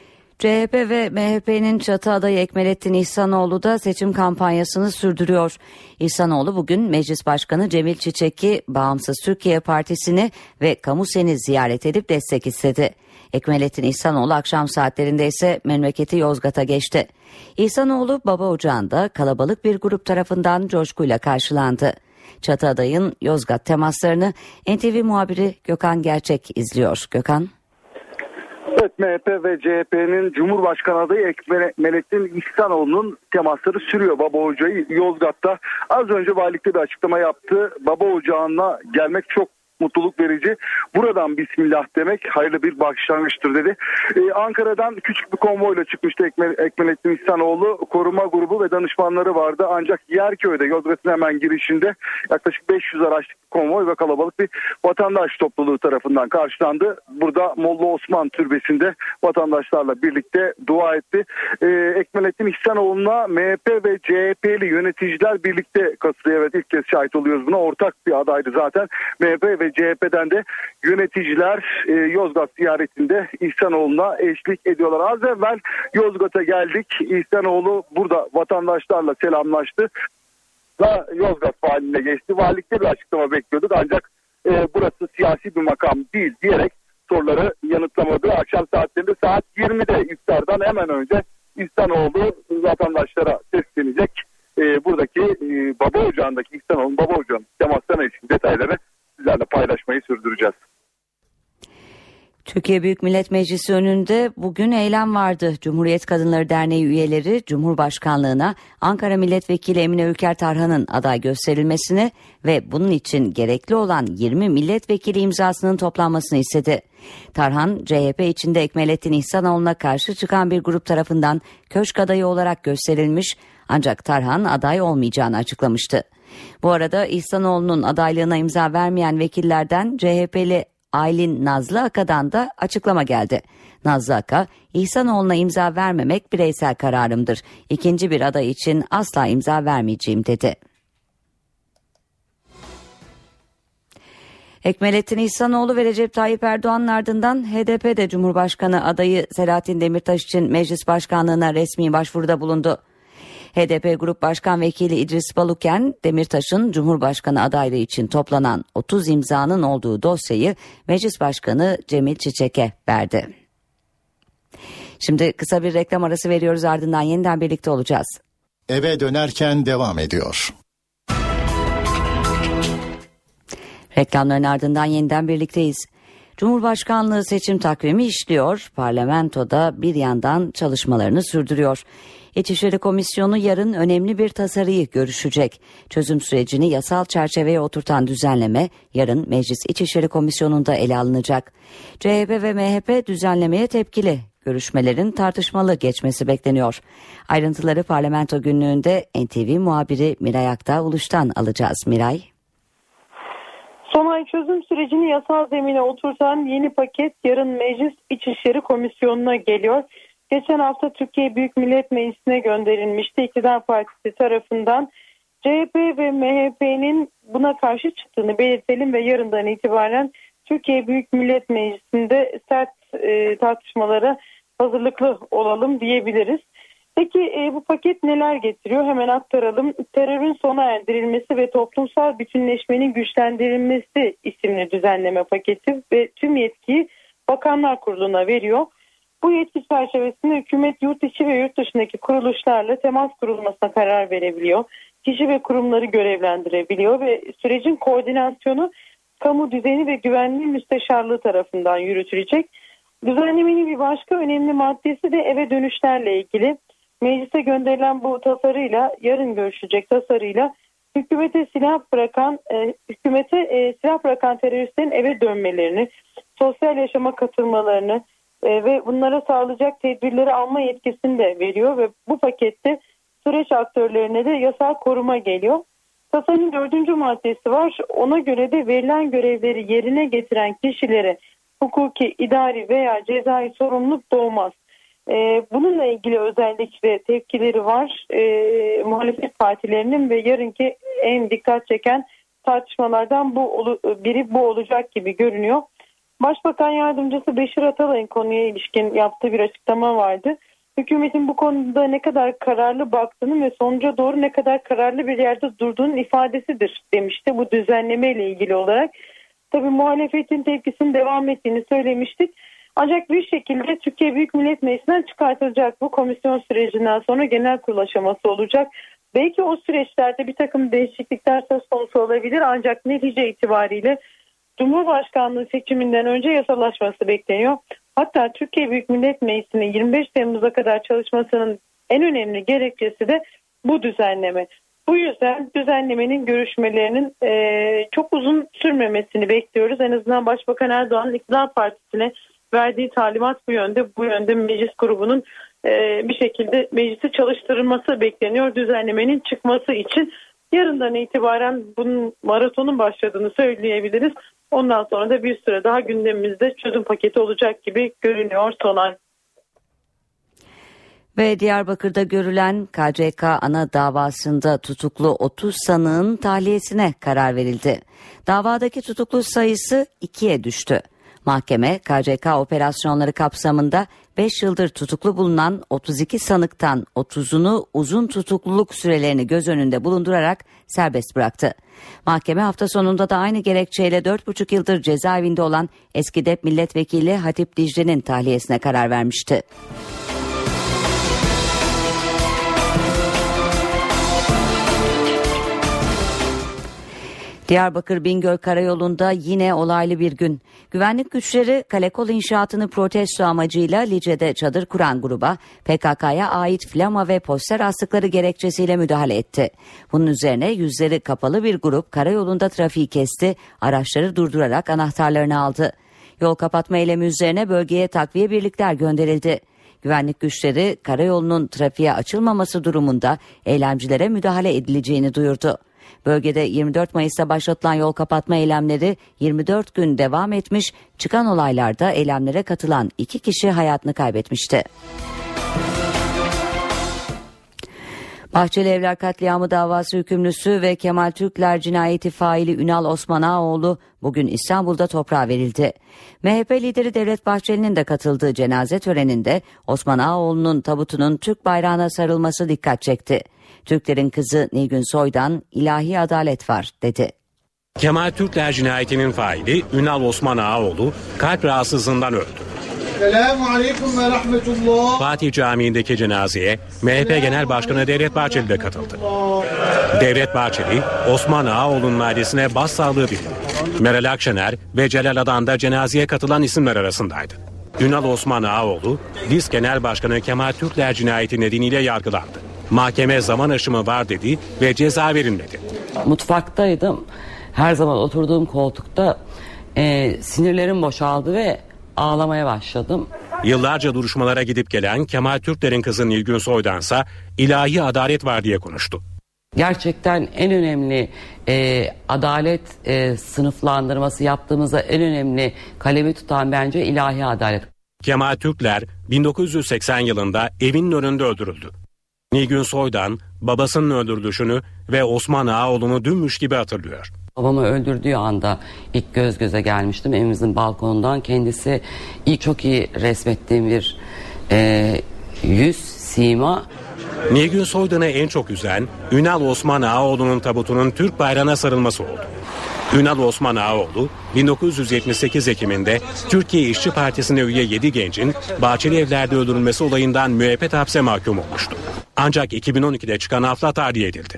C H P ve M H P'nin çatı adayı Ekmelettin İhsanoğlu da seçim kampanyasını sürdürüyor. İhsanoğlu bugün Meclis Başkanı Cemil Çiçek'i, Bağımsız Türkiye Partisi'ni ve Kamusen'i ziyaret edip destek istedi. Ekmelettin İhsanoğlu akşam saatlerinde ise memleketi Yozgat'a geçti. İhsanoğlu Baba Ocağı'nda kalabalık bir grup tarafından coşkuyla karşılandı. Çatı adayın Yozgat temaslarını N T V muhabiri Gökhan Gerçek izliyor. Gökhan. Evet, M H P ve C H P'nin Cumhurbaşkanı adayı Ekmelettin İhsanoğlu'nun temasları sürüyor Baba Ocağı Yozgat'ta. Az önce valilikte bir açıklama yaptı. Baba Ocağı'na gelmek çok mutluluk verici. Buradan Bismillah demek hayırlı bir başlangıçtır dedi. Ee, Ankara'dan küçük bir konvoyla çıkmıştı Ekmel, Ekmelettin İhsanoğlu. Koruma grubu ve danışmanları vardı. Ancak Yerköy'de, Yozgat'ın hemen girişinde yaklaşık beş yüz araçlık bir konvoy ve kalabalık bir vatandaş topluluğu tarafından karşılandı. Burada Molla Osman Türbesi'nde vatandaşlarla birlikte dua etti. Ee, Ekmelettin İhsanoğlu'na M H P ve C H P'li yöneticiler birlikte katılıyor. Evet, ilk kez şahit oluyoruz buna. Ortak bir adaydı zaten. M H P ve C H P'den de yöneticiler e, Yozgat ziyaretinde İhsanoğlu'na eşlik ediyorlar. Az evvel Yozgat'a geldik. İhsanoğlu burada vatandaşlarla selamlaştı. Da Yozgat valine geçti. Valilikte bir açıklama bekliyorduk ancak e, burası siyasi bir makam değil diyerek soruları yanıtlamadı. Akşam saatlerinde saat yirmide iftardan hemen önce İhsanoğlu vatandaşlara seslenecek. E, buradaki e, Baba Ocağı'ndaki İhsanoğlu'nun Baba Ocağı'nın temaslarına ilişkin detayları sizlerle paylaşmayı sürdüreceğiz. Türkiye Büyük Millet Meclisi önünde bugün eylem vardı. Cumhuriyet Kadınları Derneği üyeleri Cumhurbaşkanlığına Ankara Milletvekili Emine Ülker Tarhan'ın aday gösterilmesini ve bunun için gerekli olan yirmi milletvekili imzasının toplanmasını istedi. Tarhan, C H P içinde Ekmelettin İhsanoğlu'na karşı çıkan bir grup tarafından köşk adayı olarak gösterilmiş, ancak Tarhan aday olmayacağını açıklamıştı. Bu arada İhsanoğlu'nun adaylığına imza vermeyen vekillerden C H P'li Aylin Nazlı Aka'dan da açıklama geldi. Nazlı Aka, İhsanoğlu'na imza vermemek bireysel kararımdır. İkinci bir aday için asla imza vermeyeceğim dedi. Ekmelettin İhsanoğlu ve Recep Tayyip Erdoğan'ın ardından H D P'de Cumhurbaşkanı adayı Selahattin Demirtaş için meclis başkanlığına resmi başvuruda bulundu. H D P Grup Başkan Vekili İdris Baluken, Demirtaş'ın Cumhurbaşkanı adaylığı için toplanan otuz imzanın olduğu dosyayı Meclis Başkanı Cemil Çiçek'e verdi. Şimdi kısa bir reklam arası veriyoruz, ardından yeniden birlikte olacağız. Eve dönerken devam ediyor. Reklamların ardından yeniden birlikteyiz. Cumhurbaşkanlığı seçim takvimi işliyor. Parlamentoda bir yandan çalışmalarını sürdürüyor. İçişleri Komisyonu yarın önemli bir tasarıyı görüşecek. Çözüm sürecini yasal çerçeveye oturtan düzenleme yarın Meclis İçişleri Komisyonu'nda ele alınacak. C H P ve M H P düzenlemeye tepkili. Görüşmelerin tartışmalı geçmesi bekleniyor. Ayrıntıları Parlamento Günlüğü'nde N T V muhabiri Miray Aktağ Uluş'tan alacağız. Miray. Son ay çözüm sürecini yasal zemine oturtan yeni paket yarın Meclis İçişleri Komisyonu'na geliyor. Geçen hafta Türkiye Büyük Millet Meclisi'ne gönderilmişti. İktidar Partisi tarafından C H P ve M H P'nin buna karşı çıktığını belirtelim ve yarından itibaren Türkiye Büyük Millet Meclisi'nde sert e, tartışmalara hazırlıklı olalım diyebiliriz. Peki e, bu paket neler getiriyor? Hemen aktaralım. Terörün sona erdirilmesi ve toplumsal bütünleşmenin güçlendirilmesi isimli düzenleme paketi ve tüm yetkiyi Bakanlar Kurulu'na veriyor. Bu yetki çerçevesinde hükümet yurt içi ve yurt dışındaki kuruluşlarla temas kurulmasına karar verebiliyor. Kişi ve kurumları görevlendirebiliyor ve sürecin koordinasyonu kamu düzeni ve güvenliği müsteşarlığı tarafından yürütülecek. Düzenlemenin bir başka önemli maddesi de eve dönüşlerle ilgili. Meclise gönderilen bu tasarıyla, yarın görüşecek tasarıyla hükümete silah bırakan e, hükümete e, silah bırakan teröristlerin eve dönmelerini, sosyal yaşama katılmalarını e, ve bunlara sağlayacak tedbirleri alma yetkisini de veriyor ve bu pakette süreç aktörlerine de yasal koruma geliyor. Tasarının dördüncü maddesi var. Ona göre de verilen görevleri yerine getiren kişilere hukuki, idari veya cezai sorumluluk doğmaz. Ee, bununla ilgili özellikle tepkileri var ee, muhalefet partilerinin ve yarınki en dikkat çeken tartışmalardan bu biri bu olacak gibi görünüyor. Başbakan Yardımcısı Beşir Atalay'ın konuya ilişkin yaptığı bir açıklama vardı. Hükümetin bu konuda ne kadar kararlı baktığını ve sonuca doğru ne kadar kararlı bir yerde durduğunun ifadesidir demişti bu düzenleme ile ilgili olarak. Tabii muhalefetin tepkisinin devam ettiğini söylemiştik. Ancak bir şekilde Türkiye Büyük Millet Meclisi'nden çıkartılacak bu komisyon sürecinden sonra genel kurul aşaması olacak. Belki o süreçlerde bir takım değişiklikler söz konusu olabilir ancak netice itibariyle Cumhurbaşkanlığı seçiminden önce yasalaşması bekleniyor. Hatta Türkiye Büyük Millet Meclisi'nin yirmi beş Temmuz'a kadar çalışmasının en önemli gerekçesi de bu düzenleme. Bu yüzden düzenlemenin görüşmelerinin e, çok uzun sürmemesini bekliyoruz. En azından Başbakan Erdoğan'ın İktidar Partisi'ne verdiği talimat bu yönde. Bu yönde meclis grubunun e, bir şekilde meclisi çalıştırılması bekleniyor. Düzenlemenin çıkması için yarından itibaren bunun maratonun başladığını söyleyebiliriz. Ondan sonra da bir süre daha gündemimizde çözüm paketi olacak gibi görünüyor Sonay. Ve Diyarbakır'da görülen K C K ana davasında tutuklu otuz sanığın tahliyesine karar verildi. Davadaki tutuklu sayısı ikiye düştü. Mahkeme K C K operasyonları kapsamında beş yıldır tutuklu bulunan otuz iki sanıktan otuzunu uzun tutukluluk sürelerini göz önünde bulundurarak serbest bıraktı. Mahkeme hafta sonunda da aynı gerekçeyle dört buçuk yıldır cezaevinde olan eski D E P milletvekili Hatip Dicle'nin tahliyesine karar vermişti. Diyarbakır Bingöl Karayolu'nda yine olaylı bir gün. Güvenlik güçleri Kalekol inşaatını protesto amacıyla Lice'de çadır kuran gruba P K K'ya ait flama ve poster astıkları gerekçesiyle müdahale etti. Bunun üzerine yüzleri kapalı bir grup karayolunda trafiği kesti, araçları durdurarak anahtarlarını aldı. Yol kapatma eylemi üzerine bölgeye takviye birlikler gönderildi. Güvenlik güçleri karayolunun trafiğe açılmaması durumunda eylemcilere müdahale edileceğini duyurdu. Bölgede yirmi dört Mayıs'ta başlatılan yol kapatma eylemleri yirmi dört gün devam etmiş, çıkan olaylarda eylemlere katılan iki kişi hayatını kaybetmişti. Bahçeli Evler katliamı davası hükümlüsü ve Kemal Türkler cinayeti faili Ünal Osman Ağaoğlu bugün İstanbul'da toprağa verildi. M H P lideri Devlet Bahçeli'nin de katıldığı cenaze töreninde Osman Ağaoğlu'nun tabutunun Türk bayrağına sarılması dikkat çekti. Türklerin kızı Nilgün Soy'dan ilahi adalet var dedi. Kemal Türkler cinayetinin faili Ünal Osman Ağaoğlu kalp rahatsızlığından öldü. Selamun aleyküm ve rahmetullah. Fatih Camii'ndeki cenazeye M H P Genel Başkanı Devlet Bahçeli de katıldı. Devlet Bahçeli, Osman Ağaoğlu'nun ailesine başsağlığı diledi. Meral Akşener ve Celal Adan da cenazeye katılan isimler arasındaydı. Ünal Osman Ağaoğlu, DİSK Genel Başkanı Kemal Türkler cinayeti nedeniyle yargılandı. Mahkeme zaman aşımı var dedi ve ceza verilmedi. Mutfaktaydım. Her zaman oturduğum koltukta e, sinirlerim boşaldı ve ağlamaya başladım. Yıllarca duruşmalara gidip gelen Kemal Türkler'in kızı Nilgün Soy'dansa ilahi adalet var diye konuştu. Gerçekten en önemli e, adalet e, sınıflandırması yaptığımızda en önemli kalemi tutan bence ilahi adalet. Kemal Türkler bin dokuz yüz seksen yılında evinin önünde öldürüldü. Nilgün Soy'dan babasının öldürülüşünü ve Osman Ağaoğlu'nu dünmüş gibi hatırlıyor. Babamı öldürdüğü anda ilk göz göze gelmiştim evimizin balkonundan. Kendisi ilk çok iyi resmettiğim bir e, yüz, sima. Nilgün Soydan'ı en çok üzen Ünal Osman Ağaoğlu'nun tabutunun Türk bayrağına sarılması oldu. Ünal Osman Ağaoğlu bin dokuz yüz yetmiş sekiz Ekim'inde Türkiye İşçi Partisi'ne üye yedi gencin Bahçeli Evler'de öldürülmesi olayından müebbet hapse mahkum olmuştu. Ancak iki bin on ikide çıkan afla tahliye edildi.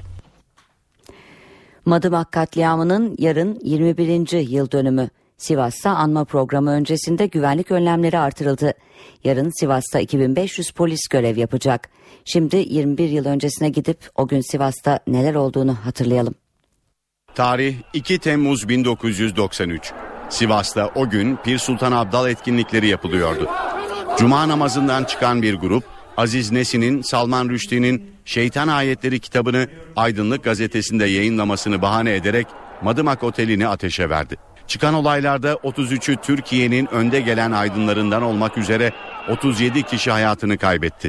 Madımak katliamının yarın yirmi birinci yıl dönümü. Sivas'ta anma programı öncesinde güvenlik önlemleri artırıldı. Yarın Sivas'ta iki bin beş yüz polis görev yapacak. Şimdi yirmi bir yıl öncesine gidip o gün Sivas'ta neler olduğunu hatırlayalım. Tarih iki Temmuz bin dokuz yüz doksan üç. Sivas'ta o gün Pir Sultan Abdal etkinlikleri yapılıyordu. Cuma namazından çıkan bir grup Aziz Nesin'in Salman Rushdie'nin Şeytan Ayetleri kitabını Aydınlık gazetesinde yayınlamasını bahane ederek Madımak Oteli'ni ateşe verdi. Çıkan olaylarda otuz üçü Türkiye'nin önde gelen aydınlarından olmak üzere otuz yedi kişi hayatını kaybetti.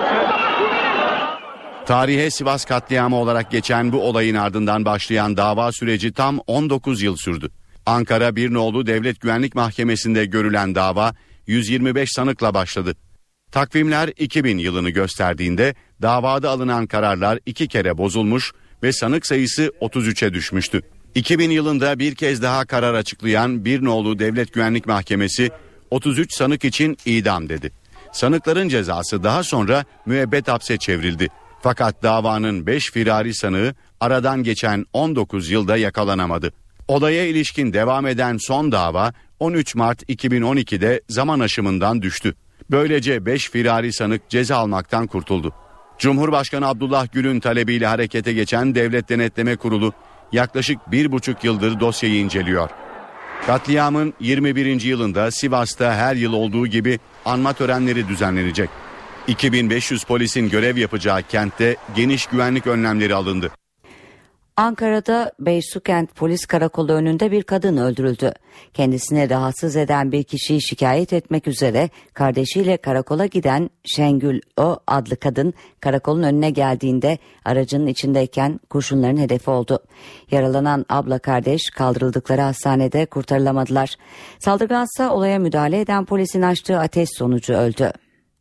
Tarihe Sivas katliamı olarak geçen bu olayın ardından başlayan dava süreci tam on dokuz yıl sürdü. Ankara Bir Nolu Devlet Güvenlik Mahkemesi'nde görülen dava yüz yirmi beş sanıkla başladı. Takvimler iki bin yılını gösterdiğinde davada alınan kararlar iki kere bozulmuş ve sanık sayısı otuz üçe düşmüştü. iki bin yılında bir kez daha karar açıklayan Bir Nolu Devlet Güvenlik Mahkemesi otuz üç sanık için idam dedi. Sanıkların cezası daha sonra müebbet hapse çevrildi. Fakat davanın beş firari sanığı aradan geçen on dokuz yılda yakalanamadı. Olaya ilişkin devam eden son dava on üç Mart iki bin on iki'de zaman aşımından düştü. Böylece beş firari sanık ceza almaktan kurtuldu. Cumhurbaşkanı Abdullah Gül'ün talebiyle harekete geçen Devlet Denetleme Kurulu yaklaşık bir buçuk yıldır dosyayı inceliyor. Katliamın yirmi birinci yılında Sivas'ta her yıl olduğu gibi anma törenleri düzenlenecek. iki bin beş yüz polisin görev yapacağı kentte geniş güvenlik önlemleri alındı. Ankara'da Beysukent Polis Karakolu önünde bir kadın öldürüldü. Kendisini rahatsız eden bir kişiyi şikayet etmek üzere kardeşiyle karakola giden Şengül O adlı kadın karakolun önüne geldiğinde aracının içindeyken kurşunların hedefi oldu. Yaralanan abla kardeş kaldırıldıkları hastanede kurtarılamadılar. Saldırgansa olaya müdahale eden polisin açtığı ateş sonucu öldü.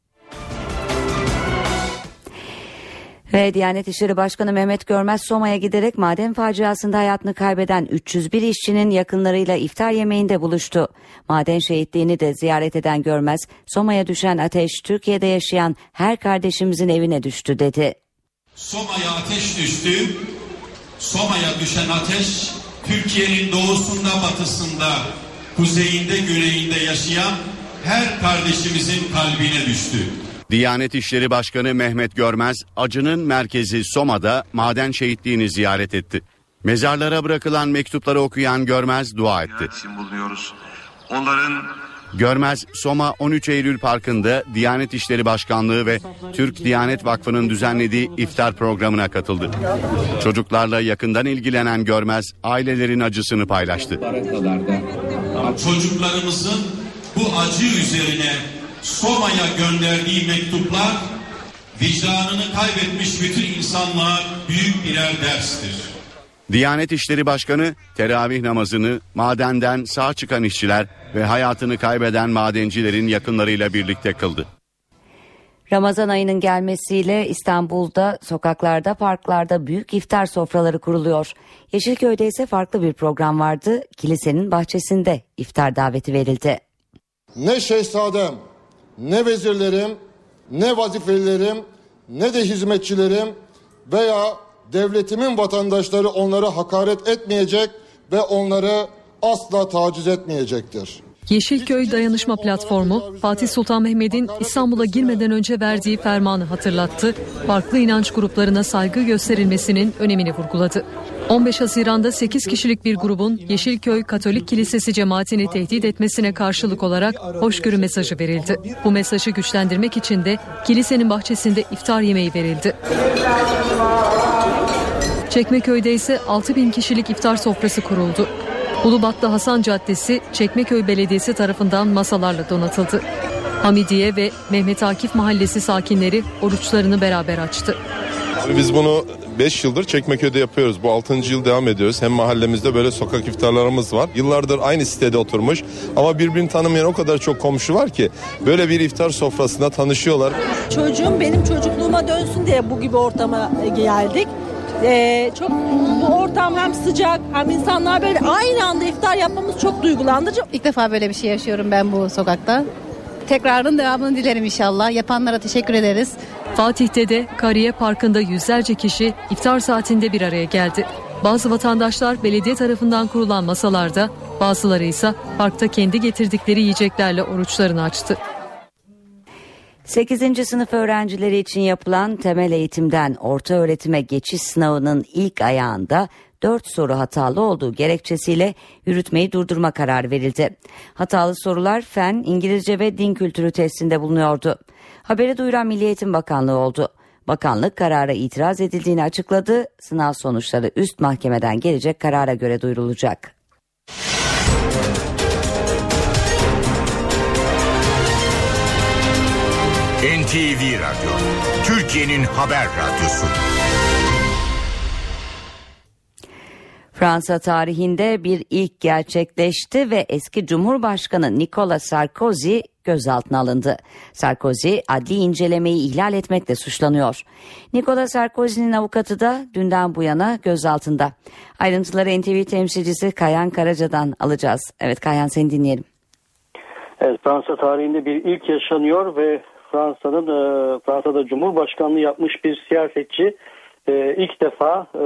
Ve Diyanet İşleri Başkanı Mehmet Görmez Soma'ya giderek maden faciasında hayatını kaybeden üç yüz bir işçinin yakınlarıyla iftar yemeğinde buluştu. Maden şehitliğini de ziyaret eden Görmez, Soma'ya düşen ateş Türkiye'de yaşayan her kardeşimizin evine düştü dedi. Soma'ya ateş düştü. Soma'ya düşen ateş Türkiye'nin doğusunda, batısında, kuzeyinde, güneyinde yaşayan her kardeşimizin kalbine düştü. Diyanet İşleri Başkanı Mehmet Görmez, acının merkezi Soma'da maden şehitliğini ziyaret etti. Mezarlara bırakılan mektupları okuyan Görmez dua etti. Bulunuyoruz. Onların Görmez, Soma on üç Eylül Parkı'nda Diyanet İşleri Başkanlığı ve Türk Diyanet Vakfı'nın düzenlediği iftar programına katıldı. Çocuklarla yakından ilgilenen Görmez, ailelerin acısını paylaştı. Çocuklarımızın bu acı üzerine Soma'ya gönderdiği mektuplar vicdanını kaybetmiş bütün insanlığa büyük birer derstir. Diyanet İşleri Başkanı teravih namazını madenden sağ çıkan işçiler ve hayatını kaybeden madencilerin yakınlarıyla birlikte kıldı. Ramazan ayının gelmesiyle İstanbul'da sokaklarda, parklarda büyük iftar sofraları kuruluyor. Yeşilköy'de ise farklı bir program vardı. Kilisenin bahçesinde iftar daveti verildi. Ne şehzadem, ne vezirlerim, ne vazifelilerim, ne de hizmetçilerim veya devletimin vatandaşları onlara hakaret etmeyecek ve onları asla taciz etmeyecektir. Yeşilköy Dayanışma Platformu, Fatih Sultan Mehmet'in İstanbul'a girmeden önce verdiği fermanı hatırlattı, farklı inanç gruplarına saygı gösterilmesinin önemini vurguladı. on beş Haziran'da sekiz kişilik bir grubun Yeşilköy Katolik Kilisesi cemaatini tehdit etmesine karşılık olarak hoşgörü mesajı verildi. Bu mesajı güçlendirmek için de kilisenin bahçesinde iftar yemeği verildi. Çekmeköy'de ise altı bin kişilik iftar sofrası kuruldu. Ulubatlı Hasan Caddesi Çekmeköy Belediyesi tarafından masalarla donatıldı. Hamidiye ve Mehmet Akif Mahallesi sakinleri oruçlarını beraber açtı. Biz bunu beş yıldır Çekmeköy'de yapıyoruz. Bu altıncı yıl devam ediyoruz. Hem mahallemizde böyle sokak iftarlarımız var. Yıllardır aynı sitede oturmuş ama birbirini tanımayan o kadar çok komşu var ki böyle bir iftar sofrasında tanışıyorlar. Çocuğum benim çocukluğuma dönsün diye bu gibi ortama geldik. Ee, çok bu ortam hem sıcak hem insanlar böyle aynı anda iftar yapmamız çok duygulandırıcı. İlk defa böyle bir şey yaşıyorum ben bu sokakta. Tekrarın devamını dilerim inşallah. Yapanlara teşekkür ederiz. Fatih'te de Kariye Parkı'nda yüzlerce kişi iftar saatinde bir araya geldi. Bazı vatandaşlar belediye tarafından kurulan masalarda, bazıları ise parkta kendi getirdikleri yiyeceklerle oruçlarını açtı. sekizinci sınıf öğrencileri için yapılan temel eğitimden orta öğretime geçiş sınavının ilk ayağında dört soru hatalı olduğu gerekçesiyle yürütmeyi durdurma kararı verildi. Hatalı sorular fen, İngilizce ve din kültürü testinde bulunuyordu. Haberi duyuran Milli Eğitim Bakanlığı oldu. Bakanlık karara itiraz edildiğini açıkladı. Sınav sonuçları üst mahkemeden gelecek karara göre duyurulacak. N T V Radyo, Türkiye'nin haber radyosu. Fransa tarihinde bir ilk gerçekleşti ve eski Cumhurbaşkanı Nicolas Sarkozy gözaltına alındı. Sarkozy adli incelemeyi ihlal etmekle suçlanıyor. Nicolas Sarkozy'nin avukatı da dünden bu yana gözaltında. Ayrıntıları N T V temsilcisi Kayhan Karaca'dan alacağız. Evet Kayhan, seni dinleyelim. Evet, Fransa tarihinde bir ilk yaşanıyor ve Fransa'nın e, Fransa'da Cumhurbaşkanlığı yapmış bir siyasetçi e, ilk defa e,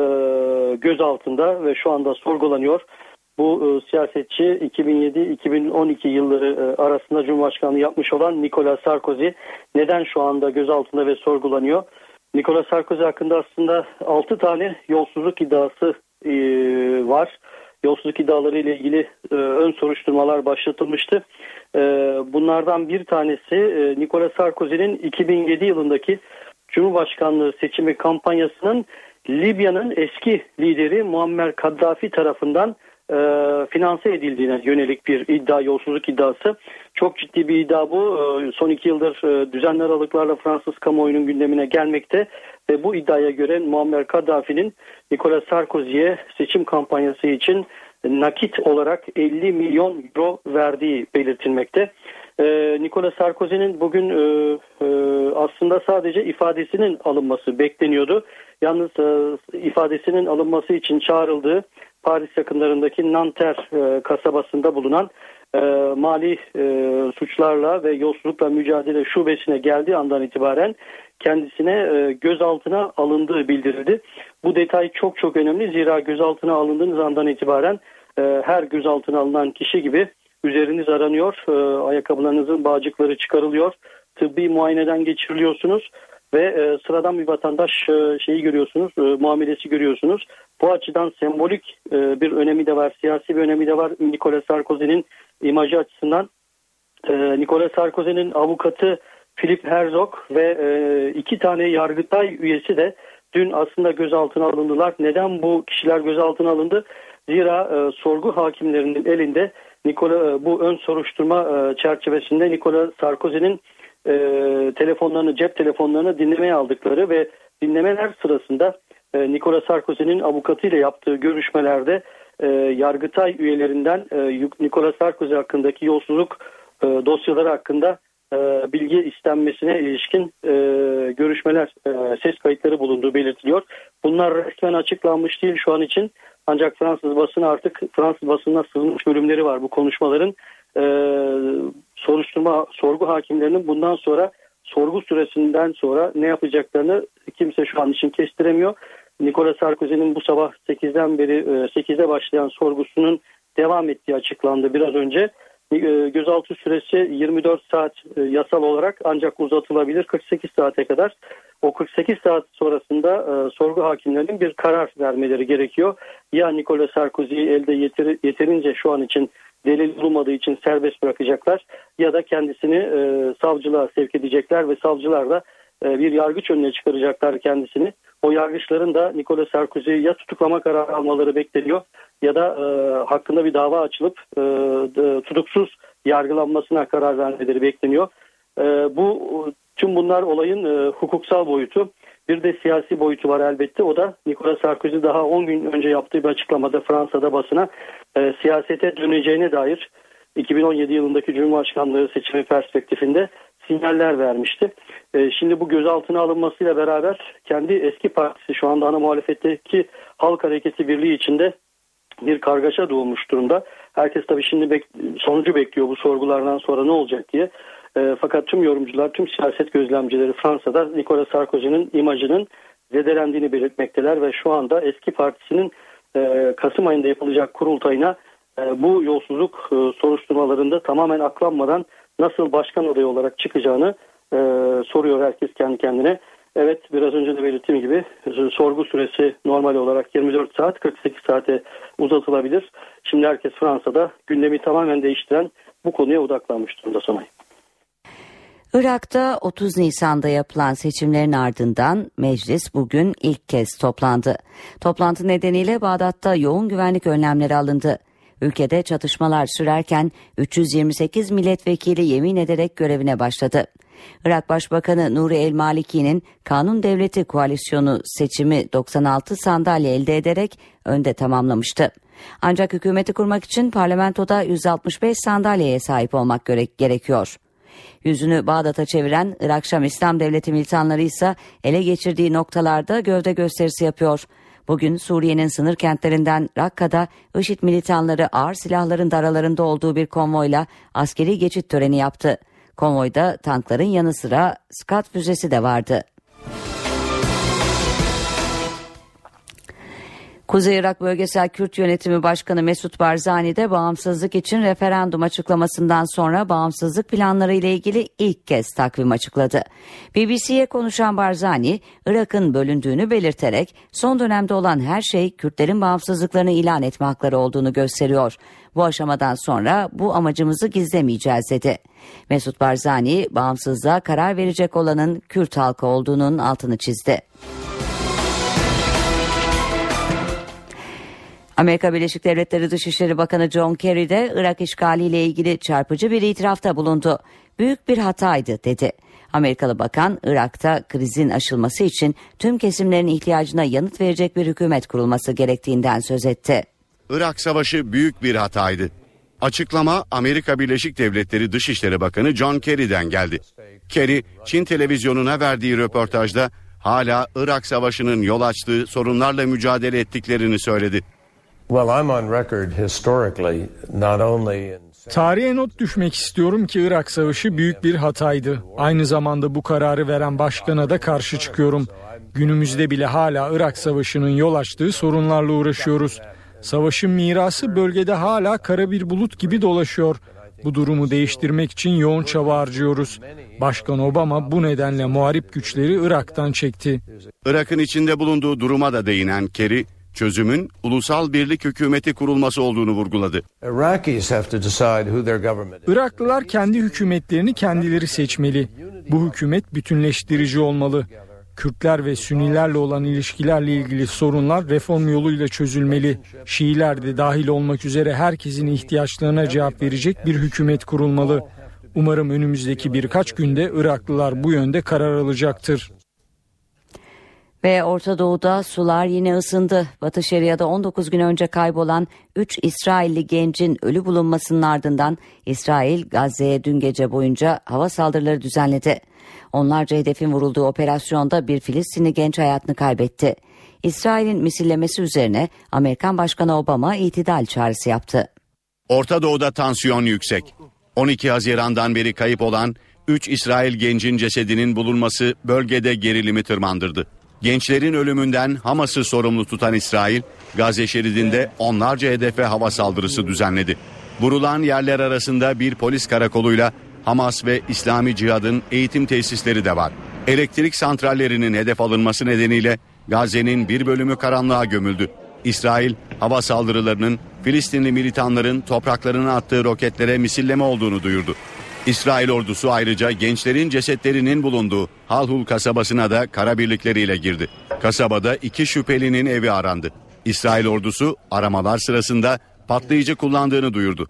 gözaltında ve şu anda sorgulanıyor. Bu e, siyasetçi iki bin yedi iki bin on iki yılları e, arasında Cumhurbaşkanlığı yapmış olan Nicolas Sarkozy neden şu anda gözaltında ve sorgulanıyor? Nicolas Sarkozy hakkında aslında altı tane yolsuzluk iddiası e, var. Yolsuzluk iddiaları ile ilgili e, ön soruşturmalar başlatılmıştı. E, bunlardan bir tanesi e, Nicolas Sarkozy'nin iki bin yedi yılındaki Cumhurbaşkanlığı seçimi kampanyasının Libya'nın eski lideri Muammer Kaddafi tarafından e, finanse edildiğine yönelik bir iddia, yolsuzluk iddiası. Çok ciddi bir iddia bu. E, son iki yıldır e, düzenli aralıklarla Fransız kamuoyunun gündemine gelmekte ve bu iddiaya göre Muammer Kaddafi'nin Nicolas Sarkozy'ye seçim kampanyası için nakit olarak elli milyon euro verdiği belirtilmekte. Ee, Nicolas Sarkozy'nin bugün e, e, aslında sadece ifadesinin alınması bekleniyordu. Yalnız e, ifadesinin alınması için çağrıldığı Paris yakınlarındaki Nanterre e, kasabasında bulunan e, mali e, suçlarla ve yolsuzlukla mücadele şubesine geldiği andan itibaren kendisine e, gözaltına alındığı bildirildi. Bu detay çok çok önemli, zira gözaltına alındığınız andan itibaren e, her gözaltına alınan kişi gibi üzeriniz aranıyor, e, ayakkabılarınızın bağcıkları çıkarılıyor, tıbbi muayeneden geçiriliyorsunuz ve e, sıradan bir vatandaş e, şeyi görüyorsunuz, e, muamelesi görüyorsunuz. Bu açıdan sembolik e, bir önemi de var, siyasi bir önemi de var Nicolas Sarkozy'nin imajı açısından. E, Nicolas Sarkozy'nin avukatı Philippe Herzog ve e, iki tane Yargıtay üyesi de dün aslında gözaltına alındılar. Neden bu kişiler gözaltına alındı? Zira e, sorgu hakimlerinin elinde Nicolas, bu ön soruşturma e, çerçevesinde Nicolas Sarkozy'nin e, telefonlarını, cep telefonlarını dinlemeye aldıkları ve dinlemeler sırasında e, Nicolas Sarkozy'nin avukatıyla yaptığı görüşmelerde e, Yargıtay üyelerinden e, Nicolas Sarkozy hakkındaki yolsuzluk e, dosyaları hakkında e, bilgi istenmesine ilişkin e, görüşmeler, e, ses kayıtları bulunduğu belirtiliyor. Bunlar resmen açıklanmış değil şu an için. Ancak Fransız basını artık Fransız basınına sığınmış bölümleri var bu konuşmaların. E, soruşturma, sorgu hakimlerinin bundan sonra sorgu süresinden sonra ne yapacaklarını kimse şu an için kestiremiyor. Nicolas Sarkozy'nin bu sabah sekizden beri sekizde başlayan sorgusunun devam ettiği açıklandı biraz önce. E, gözaltı süresi yirmi dört saat e, yasal olarak ancak uzatılabilir kırk sekiz saate kadar. O kırk sekiz saat sonrasında e, sorgu hakimlerinin bir karar vermeleri gerekiyor. Ya Nicolas Sarkozy'yi elde yeteri, yeterince şu an için delil bulunmadığı için serbest bırakacaklar ya da kendisini e, savcılığa sevk edecekler ve savcılar da e, bir yargıç önüne çıkaracaklar kendisini. O yargıçların da Nicolas Sarkozy'yi ya tutuklama kararı almaları bekleniyor ya da e, hakkında bir dava açılıp e, de, tutuksuz yargılanmasına karar vermeleri bekleniyor. E, bu tüm bunlar olayın e, hukuksal boyutu. Bir de siyasi boyutu var elbette. O da Nicolas Sarkozy daha on gün önce yaptığı bir açıklamada Fransa'da basına e, siyasete döneceğine dair iki bin on yedi yılındaki Cumhurbaşkanlığı seçimi perspektifinde sinyaller vermişti. E, şimdi bu gözaltına alınmasıyla beraber kendi eski partisi şu anda ana muhalefetteki Halk Hareketi Birliği içinde bir kargaşa doğmuş durumda. Herkes tabii şimdi bek- sonucu bekliyor bu sorgulardan sonra ne olacak diye. E, fakat tüm yorumcular, tüm siyaset gözlemcileri Fransa'da Nicolas Sarkozy'nin imajının zedelendiğini belirtmekteler ve şu anda eski partisinin e, Kasım ayında yapılacak kurultayına e, bu yolsuzluk e, soruşturmalarında tamamen aklanmadan nasıl başkan adayı olarak çıkacağını e, soruyor herkes kendi kendine. Evet, biraz önce de belirttiğim gibi sorgu süresi normal olarak yirmi dört saat kırk sekiz saate uzatılabilir. Şimdi herkes Fransa'da gündemi tamamen değiştiren bu konuya odaklanmış durumda Sonay. Irak'ta otuz Nisan'da yapılan seçimlerin ardından meclis bugün ilk kez toplandı. Toplantı nedeniyle Bağdat'ta yoğun güvenlik önlemleri alındı. Ülkede çatışmalar sürerken üç yüz yirmi sekiz milletvekili yemin ederek görevine başladı. Irak Başbakanı Nuri El Maliki'nin Kanun Devleti Koalisyonu seçimi doksan altı sandalye elde ederek önde tamamlamıştı. Ancak hükümeti kurmak için parlamentoda yüz altmış beş sandalyeye sahip olmak gerekiyor. Yüzünü Bağdat'a çeviren Irak Şam İslam Devleti militanları ise ele geçirdiği noktalarda gövde gösterisi yapıyor. Bugün Suriye'nin sınır kentlerinden Rakka'da IŞİD militanları ağır silahların da aralarında olduğu bir konvoyla askeri geçit töreni yaptı. Konvoyda tankların yanı sıra Scud füzesi de vardı. Kuzey Irak Bölgesel Kürt Yönetimi Başkanı Mesut Barzani de bağımsızlık için referandum açıklamasından sonra bağımsızlık planları ile ilgili ilk kez takvim açıkladı. B B C'ye konuşan Barzani, Irak'ın bölündüğünü belirterek son dönemde olan her şey Kürtlerin bağımsızlıklarını ilan etme hakları olduğunu gösteriyor. Bu aşamadan sonra bu amacımızı gizlemeyeceğiz dedi. Mesut Barzani, bağımsızlığa karar verecek olanın Kürt halkı olduğunun altını çizdi. Amerika Birleşik Devletleri Dışişleri Bakanı John Kerry de Irak işgaliyle ilgili çarpıcı bir itirafta bulundu. Büyük bir hataydı dedi. Amerikalı bakan, Irak'ta krizin aşılması için tüm kesimlerin ihtiyacına yanıt verecek bir hükümet kurulması gerektiğinden söz etti. Irak Savaşı büyük bir hataydı. Açıklama Amerika Birleşik Devletleri Dışişleri Bakanı John Kerry'den geldi. Kerry, Çin televizyonuna verdiği röportajda hala Irak Savaşı'nın yol açtığı sorunlarla mücadele ettiklerini söyledi. Tarihe not düşmek istiyorum ki Irak Savaşı büyük bir hataydı. Aynı zamanda bu kararı veren başkana da karşı çıkıyorum. Günümüzde bile hala Irak Savaşı'nın yol açtığı sorunlarla uğraşıyoruz. Savaşın mirası bölgede hala kara bir bulut gibi dolaşıyor. Bu durumu değiştirmek için yoğun çaba harcıyoruz. Başkan Obama bu nedenle muharip güçleri Irak'tan çekti. Irak'ın içinde bulunduğu duruma da değinen Kerry, çözümün ulusal birlik hükümeti kurulması olduğunu vurguladı. Iraklılar kendi hükümetlerini kendileri seçmeli. Bu hükümet bütünleştirici olmalı. Kürtler ve Sünnilerle olan ilişkilerle ilgili sorunlar reform yoluyla çözülmeli. Şiiler de dahil olmak üzere herkesin ihtiyaçlarına cevap verecek bir hükümet kurulmalı. Umarım önümüzdeki birkaç günde Iraklılar bu yönde karar alacaktır. Ve Orta Doğu'da sular yine ısındı. Batı Şeria'da on dokuz gün önce kaybolan üç İsrailli gencin ölü bulunmasının ardından İsrail Gazze'ye dün gece boyunca hava saldırıları düzenledi. Onlarca hedefin vurulduğu operasyonda bir Filistinli genç hayatını kaybetti. İsrail'in misillemesi üzerine Amerikan Başkanı Obama itidal çağrısı yaptı. Orta Doğu'da tansiyon yüksek. on iki Haziran'dan beri kayıp olan üç İsrail gencin cesedinin bulunması bölgede gerilimi tırmandırdı. Gençlerin ölümünden Hamas'ı sorumlu tutan İsrail, Gazze şeridinde onlarca hedefe hava saldırısı düzenledi. Vurulan yerler arasında bir polis karakoluyla Hamas ve İslami Cihad'ın eğitim tesisleri de var. Elektrik santrallerinin hedef alınması nedeniyle Gazze'nin bir bölümü karanlığa gömüldü. İsrail, hava saldırılarının Filistinli militanların topraklarına attığı roketlere misilleme olduğunu duyurdu. İsrail ordusu ayrıca gençlerin cesetlerinin bulunduğu Halhul kasabasına da kara birlikleriyle girdi. Kasabada iki şüphelinin evi arandı. İsrail ordusu aramalar sırasında patlayıcı kullandığını duyurdu.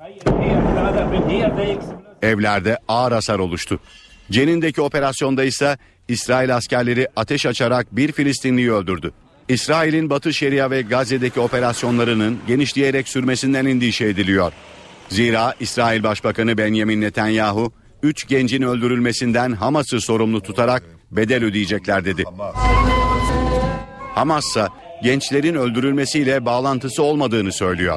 Evlerde ağır hasar oluştu. Cenin'deki operasyonda ise İsrail askerleri ateş açarak bir Filistinliyi öldürdü. İsrail'in Batı Şeria ve Gazze'deki operasyonlarının genişleyerek sürmesinden endişe ediliyor. Zira İsrail Başbakanı Benjamin Netanyahu, üç gencin öldürülmesinden Hamas'ı sorumlu tutarak bedel ödeyecekler dedi. Hamas ise gençlerin öldürülmesiyle bağlantısı olmadığını söylüyor.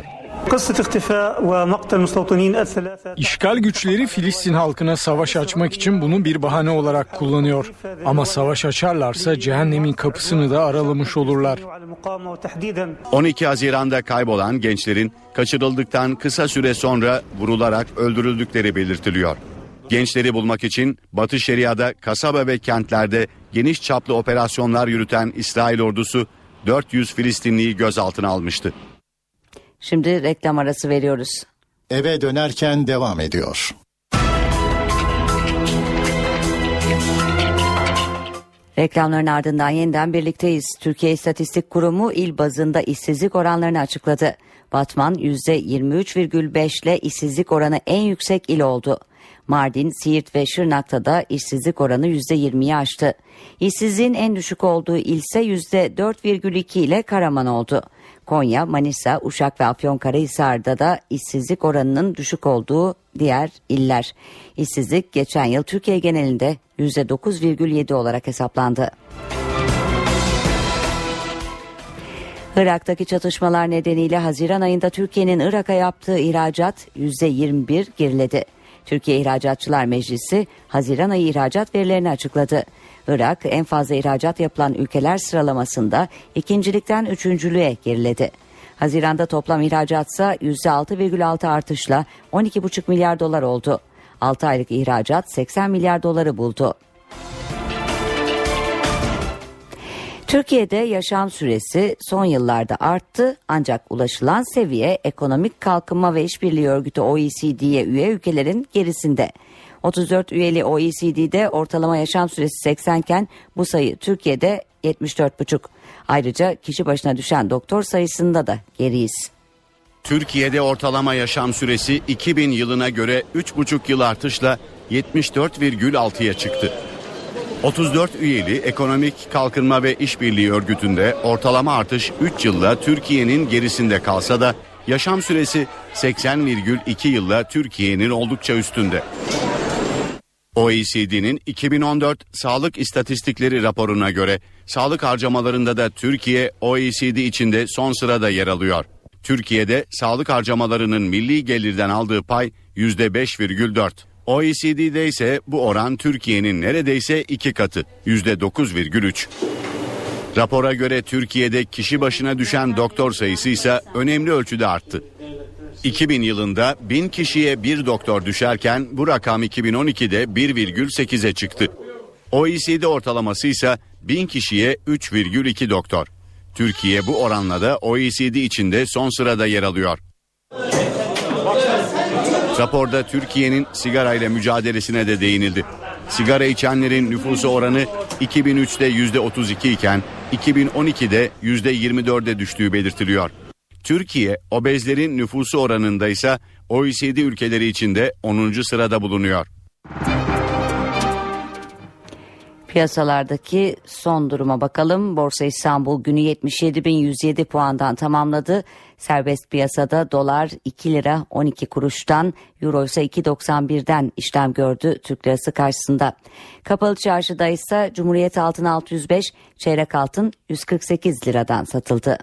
İşgal güçleri Filistin halkına savaş açmak için bunu bir bahane olarak kullanıyor. Ama savaş açarlarsa cehennemin kapısını da aralamış olurlar. on iki Haziran'da kaybolan gençlerin kaçırıldıktan kısa süre sonra vurularak öldürüldükleri belirtiliyor. Gençleri bulmak için Batı Şeria'da kasaba ve kentlerde geniş çaplı operasyonlar yürüten İsrail ordusu dört yüz Filistinliyi gözaltına almıştı. Şimdi reklam arası veriyoruz. Eve dönerken devam ediyor. Reklamların ardından yeniden birlikteyiz. Türkiye İstatistik Kurumu il bazında işsizlik oranlarını açıkladı. Batman yüzde yirmi üç virgül beş ile işsizlik oranı en yüksek il oldu. Mardin, Siirt ve Şırnak'ta da işsizlik oranı yüzde yirmiyi aştı. İşsizliğin en düşük olduğu il ise yüzde dört virgül iki ile Karaman oldu. Konya, Manisa, Uşak ve Afyonkarahisar'da da işsizlik oranının düşük olduğu diğer iller. İşsizlik geçen yıl Türkiye genelinde yüzde dokuz virgül yedi olarak hesaplandı. Irak'taki çatışmalar nedeniyle Haziran ayında Türkiye'nin Irak'a yaptığı ihracat yüzde yirmi bir geriledi. Türkiye İhracatçılar Meclisi Haziran ayı ihracat verilerini açıkladı. Irak en fazla ihracat yapılan ülkeler sıralamasında ikincilikten üçüncülüğe geriledi. Haziran'da toplam ihracatsa yüzde altı virgül altı artışla on iki buçuk milyar dolar oldu. altı aylık ihracat seksen milyar doları buldu. Türkiye'de yaşam süresi son yıllarda arttı ancak ulaşılan seviye Ekonomik Kalkınma ve İşbirliği Örgütü O E C D'ye üye ülkelerin gerisinde. otuz dört üyeli O E C D'de ortalama yaşam süresi seksen iken bu sayı Türkiye'de yetmiş dört buçuk. Ayrıca kişi başına düşen doktor sayısında da geriyiz. Türkiye'de ortalama yaşam süresi iki bin yılına göre üç buçuk yıl artışla yetmiş dört virgül altıya çıktı. otuz dört üyeli Ekonomik Kalkınma ve İşbirliği Örgütü'nde ortalama artış üç yılla Türkiye'nin gerisinde kalsa da yaşam süresi seksen virgül iki yılla Türkiye'nin oldukça üstünde. O E C D'nin iki bin on dört Sağlık İstatistikleri raporuna göre sağlık harcamalarında da Türkiye O E C D içinde son sırada yer alıyor. Türkiye'de sağlık harcamalarının milli gelirden aldığı pay yüzde beş virgül dört. O E C D'de ise bu oran Türkiye'nin neredeyse iki katı, yüzde dokuz virgül üç. Rapora göre Türkiye'de kişi başına düşen doktor sayısı ise önemli ölçüde arttı. iki bin yılında bin kişiye bir doktor düşerken bu rakam iki bin on ikide bir virgül sekize çıktı. O E C D ortalaması ise bin kişiye üç virgül iki doktor. Türkiye bu oranla da O E C D içinde son sırada yer alıyor. Raporda Türkiye'nin sigarayla mücadelesine de değinildi. Sigara içenlerin nüfusu oranı iki bin üçte yüzde otuz iki iken iki bin on ikide yüzde yirmi dörde düştüğü belirtiliyor. Türkiye obezlerin nüfusu oranında ise O E C D ülkeleri içinde onuncu sırada bulunuyor. Piyasalardaki son duruma bakalım. Borsa İstanbul günü yetmiş yedi bin yüz yedi puandan tamamladı. Serbest piyasada dolar iki lira on iki kuruştan, euro ise iki doksan birden işlem gördü Türk lirası karşısında. Kapalı çarşıda ise Cumhuriyet altın altı yüz beş, çeyrek altın yüz kırk sekiz liradan satıldı.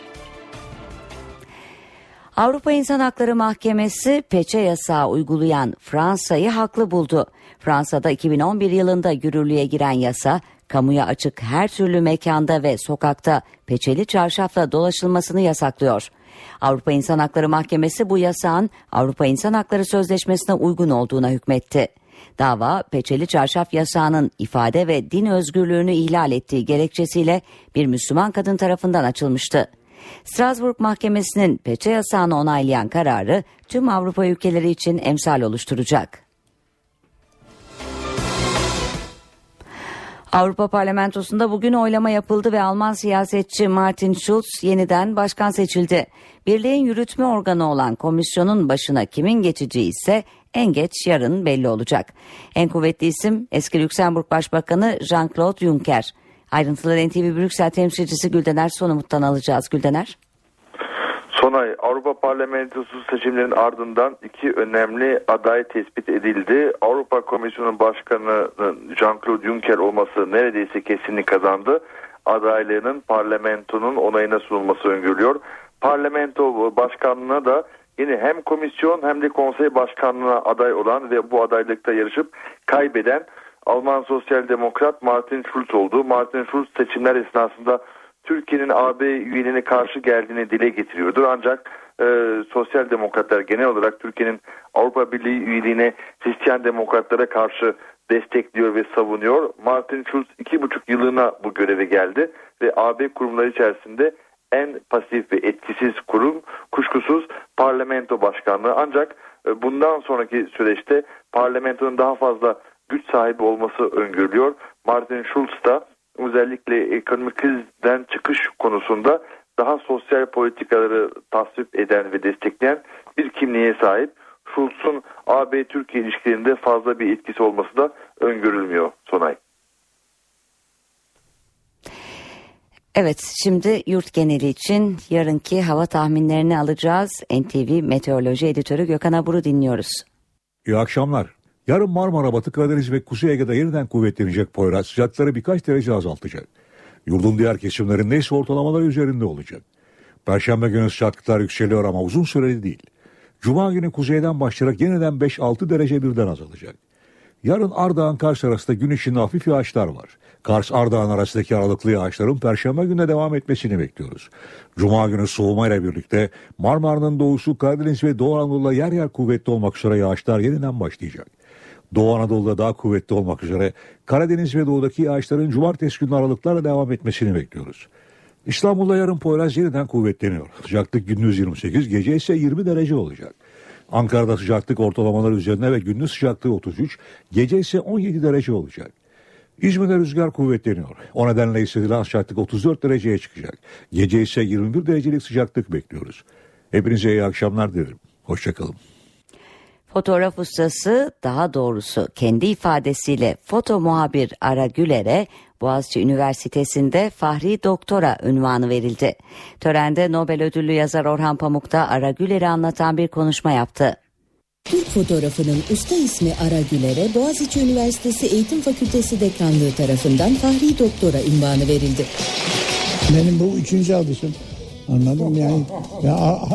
Avrupa İnsan Hakları Mahkemesi peçe yasağı uygulayan Fransa'yı haklı buldu. Fransa'da iki bin on bir yılında yürürlüğe giren yasa, kamuya açık her türlü mekanda ve sokakta peçeli çarşafla dolaşılmasını yasaklıyor. Avrupa İnsan Hakları Mahkemesi bu yasağın Avrupa İnsan Hakları Sözleşmesi'ne uygun olduğuna hükmetti. Dava, peçeli çarşaf yasağının ifade ve din özgürlüğünü ihlal ettiği gerekçesiyle bir Müslüman kadın tarafından açılmıştı. Strasbourg Mahkemesi'nin peçe yasağını onaylayan kararı tüm Avrupa ülkeleri için emsal oluşturacak. Avrupa Parlamentosu'nda bugün oylama yapıldı ve Alman siyasetçi Martin Schulz yeniden başkan seçildi. Birliğin yürütme organı olan komisyonun başına kimin geçeceği ise en geç yarın belli olacak. En kuvvetli isim eski Lüksemburg Başbakanı Jean-Claude Juncker. Ayrıntıları N T V Brüksel temsilcisi Güldener Sonumut'tan alacağız. Güldener. Sonay, Avrupa Parlamentosu seçimlerinin ardından iki önemli aday tespit edildi. Avrupa Komisyonu Başkanı Jean-Claude Juncker olması neredeyse kesinlik kazandı. Adaylığının parlamentonun onayına sunulması öngörülüyor. Parlamento başkanlığına da yine hem komisyon hem de konsey başkanlığına aday olan ve bu adaylıkta yarışıp kaybeden Alman Sosyal Demokrat Martin Schulz oldu. Martin Schulz seçimler esnasında Türkiye'nin A B üyeliğine karşı geldiğini dile getiriyordur. Ancak e, Sosyal Demokratlar genel olarak Türkiye'nin Avrupa Birliği üyeliğine Hristiyan Demokratlara karşı destekliyor ve savunuyor. Martin Schulz iki buçuk yılına bu göreve geldi ve A B kurumları içerisinde en pasif ve etkisiz kurum kuşkusuz parlamento başkanlığı. Ancak e, bundan sonraki süreçte parlamentonun daha fazla güç sahibi olması öngörülüyor. Martin Schulz da özellikle ekonomik krizden çıkış konusunda daha sosyal politikaları tasvip eden ve destekleyen bir kimliğe sahip. Schulz'un A B-Türkiye ilişkilerinde fazla bir etkisi olması da öngörülmüyor Sonay. Evet, şimdi yurt geneli için yarınki hava tahminlerini alacağız. N T V Meteoroloji Editörü Gökhan Abur'u dinliyoruz. İyi akşamlar. Yarın Marmara, Batı Karadeniz ve Kuzey Ege'de yeniden kuvvetlenecek Poyraz sıcaklıkları birkaç derece azaltacak. Yurdun diğer kesimlerinde ise ortalamalar üzerinde olacak. Perşembe günü sıcaklıklar yükseliyor ama uzun süreli değil. Cuma günü kuzeyden başlayarak yeniden beş altı derece birden azalacak. Yarın Ardahan-Kars arasında gün içinde hafif yağışlar var. Kars-Ardahan arasındaki aralıklı yağışların Perşembe gününe devam etmesini bekliyoruz. Cuma günü soğumayla birlikte Marmara'nın doğusu, Karadeniz ve Doğu Anadolu'da yer yer kuvvetli olmak üzere yağışlar yeniden başlayacak. Doğu Anadolu'da daha kuvvetli olmak üzere Karadeniz ve doğudaki yağışların cumartesi günü aralıklarla devam etmesini bekliyoruz. İstanbul'da yarın Poyraz yeniden kuvvetleniyor. Sıcaklık gündüz yirmi sekiz, gece ise yirmi derece olacak. Ankara'da sıcaklık ortalamalar üzerine ve gündüz sıcaklığı otuz üç, gece ise on yedi derece olacak. İzmir'de rüzgar kuvvetleniyor. O nedenle hissedilen sıcaklık otuz dört dereceye çıkacak. Gece ise yirmi bir derecelik sıcaklık bekliyoruz. Hepinize iyi akşamlar dilerim. Hoşçakalın. Fotoğraf ustası, daha doğrusu kendi ifadesiyle foto muhabir Ara Güler'e Boğaziçi Üniversitesi'nde Fahri Doktora unvanı verildi. Törende Nobel ödüllü yazar Orhan Pamuk da Ara Güler'i anlatan bir konuşma yaptı. Türk fotoğrafının usta ismi Ara Güler'e Boğaziçi Üniversitesi Eğitim Fakültesi Dekanlığı tarafından Fahri Doktora unvanı verildi. Benim bu üçüncü alışım. Anladım yani. Ya,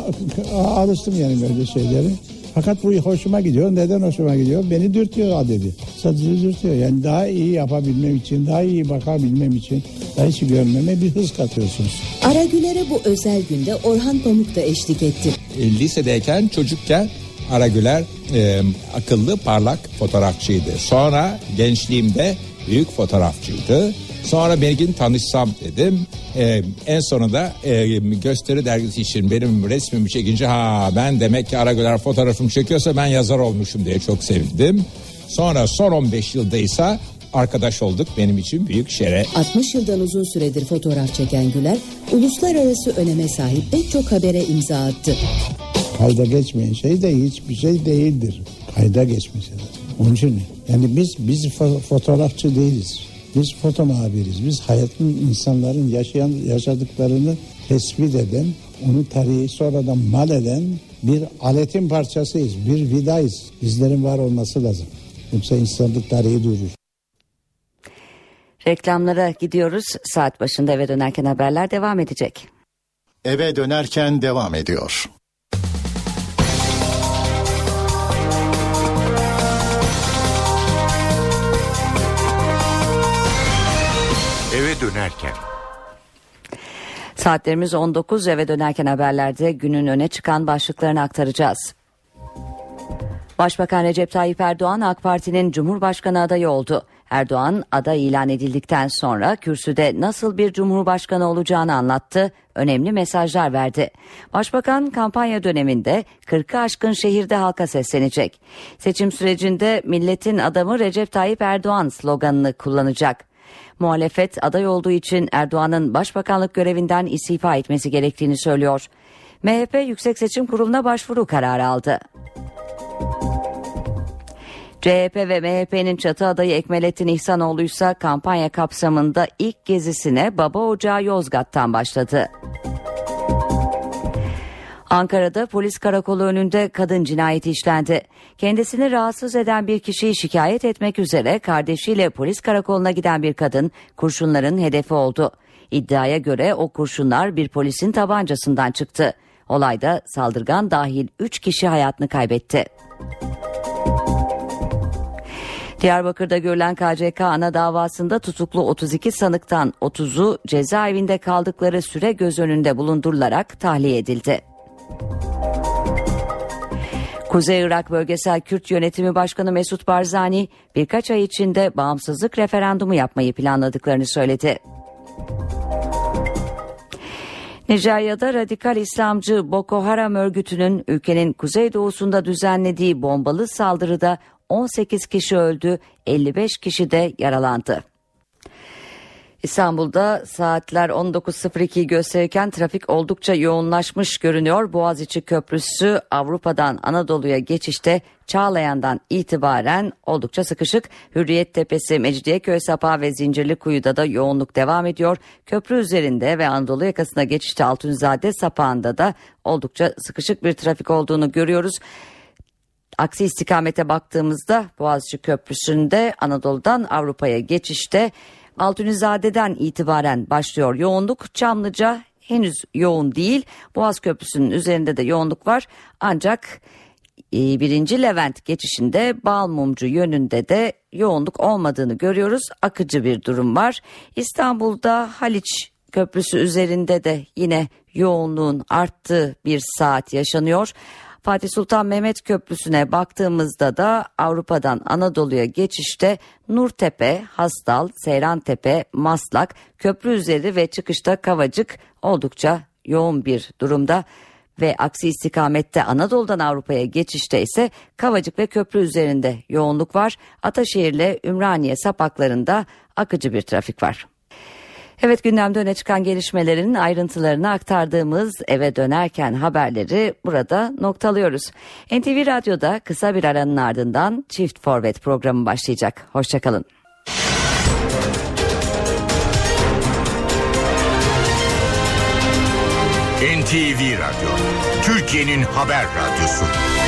alıştım yani böyle şeyleri. Fakat bu hoşuma gidiyor. Neden hoşuma gidiyor? Beni dürtüyor adedi. Sadece dürtüyor. Yani daha iyi yapabilmem için, daha iyi bakabilmem için, daha iyi görmeme bir hız katıyorsunuz. Ara Güler'e bu özel günde Orhan Pamuk da eşlik etti. Lisedeyken, çocukken Ara Güler e, akıllı, parlak fotoğrafçıydı. Sonra gençliğimde büyük fotoğrafçıydı. Sonra bir gün tanışsam dedim. Ee, en sonunda e, Gösteri dergisi için benim resmimi çekince ha ben demek ki Ara Güler fotoğrafımı çekiyorsa ben yazar olmuşum diye çok sevindim. Sonra son on beş yılda ise arkadaş olduk, benim için büyük şeref. altmış yıldan uzun süredir fotoğraf çeken Güler, uluslararası öneme sahip pek çok habere imza attı. Kayda geçmeyen şey de hiçbir şey değildir. Kayda geçmesi lazım. Onun için yani biz biz fo- fotoğrafçı değiliz. Biz foto muhabiriz. Biz hayatın, insanların yaşayan yaşadıklarını tespit eden, onu tarihi sonradan mal eden bir aletin parçasıyız. Bir vidayız. Bizlerin var olması lazım. Yoksa insanlık tarihi durur. Reklamlara gidiyoruz. Saat başında eve dönerken haberler devam edecek. Eve dönerken devam ediyor. Eve dönerken. Saatlerimiz on dokuz, eve dönerken haberlerde günün öne çıkan başlıklarını aktaracağız. Başbakan Recep Tayyip Erdoğan AK Parti'nin Cumhurbaşkanı adayı oldu. Erdoğan aday ilan edildikten sonra kürsüde nasıl bir Cumhurbaşkanı olacağını anlattı, önemli mesajlar verdi. Başbakan kampanya döneminde kırkı aşkın şehirde halka seslenecek. Seçim sürecinde milletin adamı Recep Tayyip Erdoğan sloganını kullanacak. Muhalefet aday olduğu için Erdoğan'ın başbakanlık görevinden istifa etmesi gerektiğini söylüyor. M H P Yüksek Seçim Kurulu'na başvuru kararı aldı. C H P ve M H P'nin çatı adayı Ekmelettin İhsanoğlu ise kampanya kapsamında ilk gezisine Baba Ocağı Yozgat'tan başladı. Ankara'da polis karakolu önünde kadın cinayeti işlendi. Kendisini rahatsız eden bir kişiyi şikayet etmek üzere kardeşiyle polis karakoluna giden bir kadın kurşunların hedefi oldu. İddiaya göre o kurşunlar bir polisin tabancasından çıktı. Olayda saldırgan dahil üç kişi hayatını kaybetti. Diyarbakır'da görülen K C K ana davasında tutuklu otuz iki sanıktan otuzu cezaevinde kaldıkları süre göz önünde bulundurularak tahliye edildi. Kuzey Irak Bölgesel Kürt Yönetimi Başkanı Mesut Barzani birkaç ay içinde bağımsızlık referandumu yapmayı planladıklarını söyledi. Nijerya'da radikal İslamcı Boko Haram örgütünün ülkenin kuzeydoğusunda düzenlediği bombalı saldırıda on sekiz kişi öldü, elli beş kişi de yaralandı. İstanbul'da saatler on dokuz sıfır ikiyi gösterirken trafik oldukça yoğunlaşmış görünüyor. Boğaziçi Köprüsü Avrupa'dan Anadolu'ya geçişte Çağlayan'dan itibaren oldukça sıkışık. Hürriyet Tepesi, Mecidiyeköy Sapağı ve Zincirlikuyu'da da yoğunluk devam ediyor. Köprü üzerinde ve Anadolu yakasına geçişte Altunizade Sapağı'nda da oldukça sıkışık bir trafik olduğunu görüyoruz. Aksi istikamete baktığımızda Boğaziçi Köprüsü'nde Anadolu'dan Avrupa'ya geçişte Altunizade'den itibaren başlıyor yoğunluk. Çamlıca henüz yoğun değil. Boğaz Köprüsü'nün üzerinde de yoğunluk var. Ancak birinci Levent geçişinde Balmumcu yönünde de yoğunluk olmadığını görüyoruz. Akıcı bir durum var. İstanbul'da Haliç Köprüsü üzerinde de yine yoğunluğun arttığı bir saat yaşanıyor. Fatih Sultan Mehmet Köprüsü'ne baktığımızda da Avrupa'dan Anadolu'ya geçişte Nurtepe, Hastal, Seyrantepe, Maslak, köprü üzeri ve çıkışta Kavacık oldukça yoğun bir durumda. Ve aksi istikamette Anadolu'dan Avrupa'ya geçişte ise Kavacık ve köprü üzerinde yoğunluk var. Ataşehir ile Ümraniye sapaklarında akıcı bir trafik var. Evet, gündemde öne çıkan gelişmelerin ayrıntılarını aktardığımız eve dönerken haberleri burada noktalıyoruz. N T V Radyo'da kısa bir aranın ardından Çift Forvet programı başlayacak. Hoşçakalın. N T V Radyo, Türkiye'nin haber radyosu.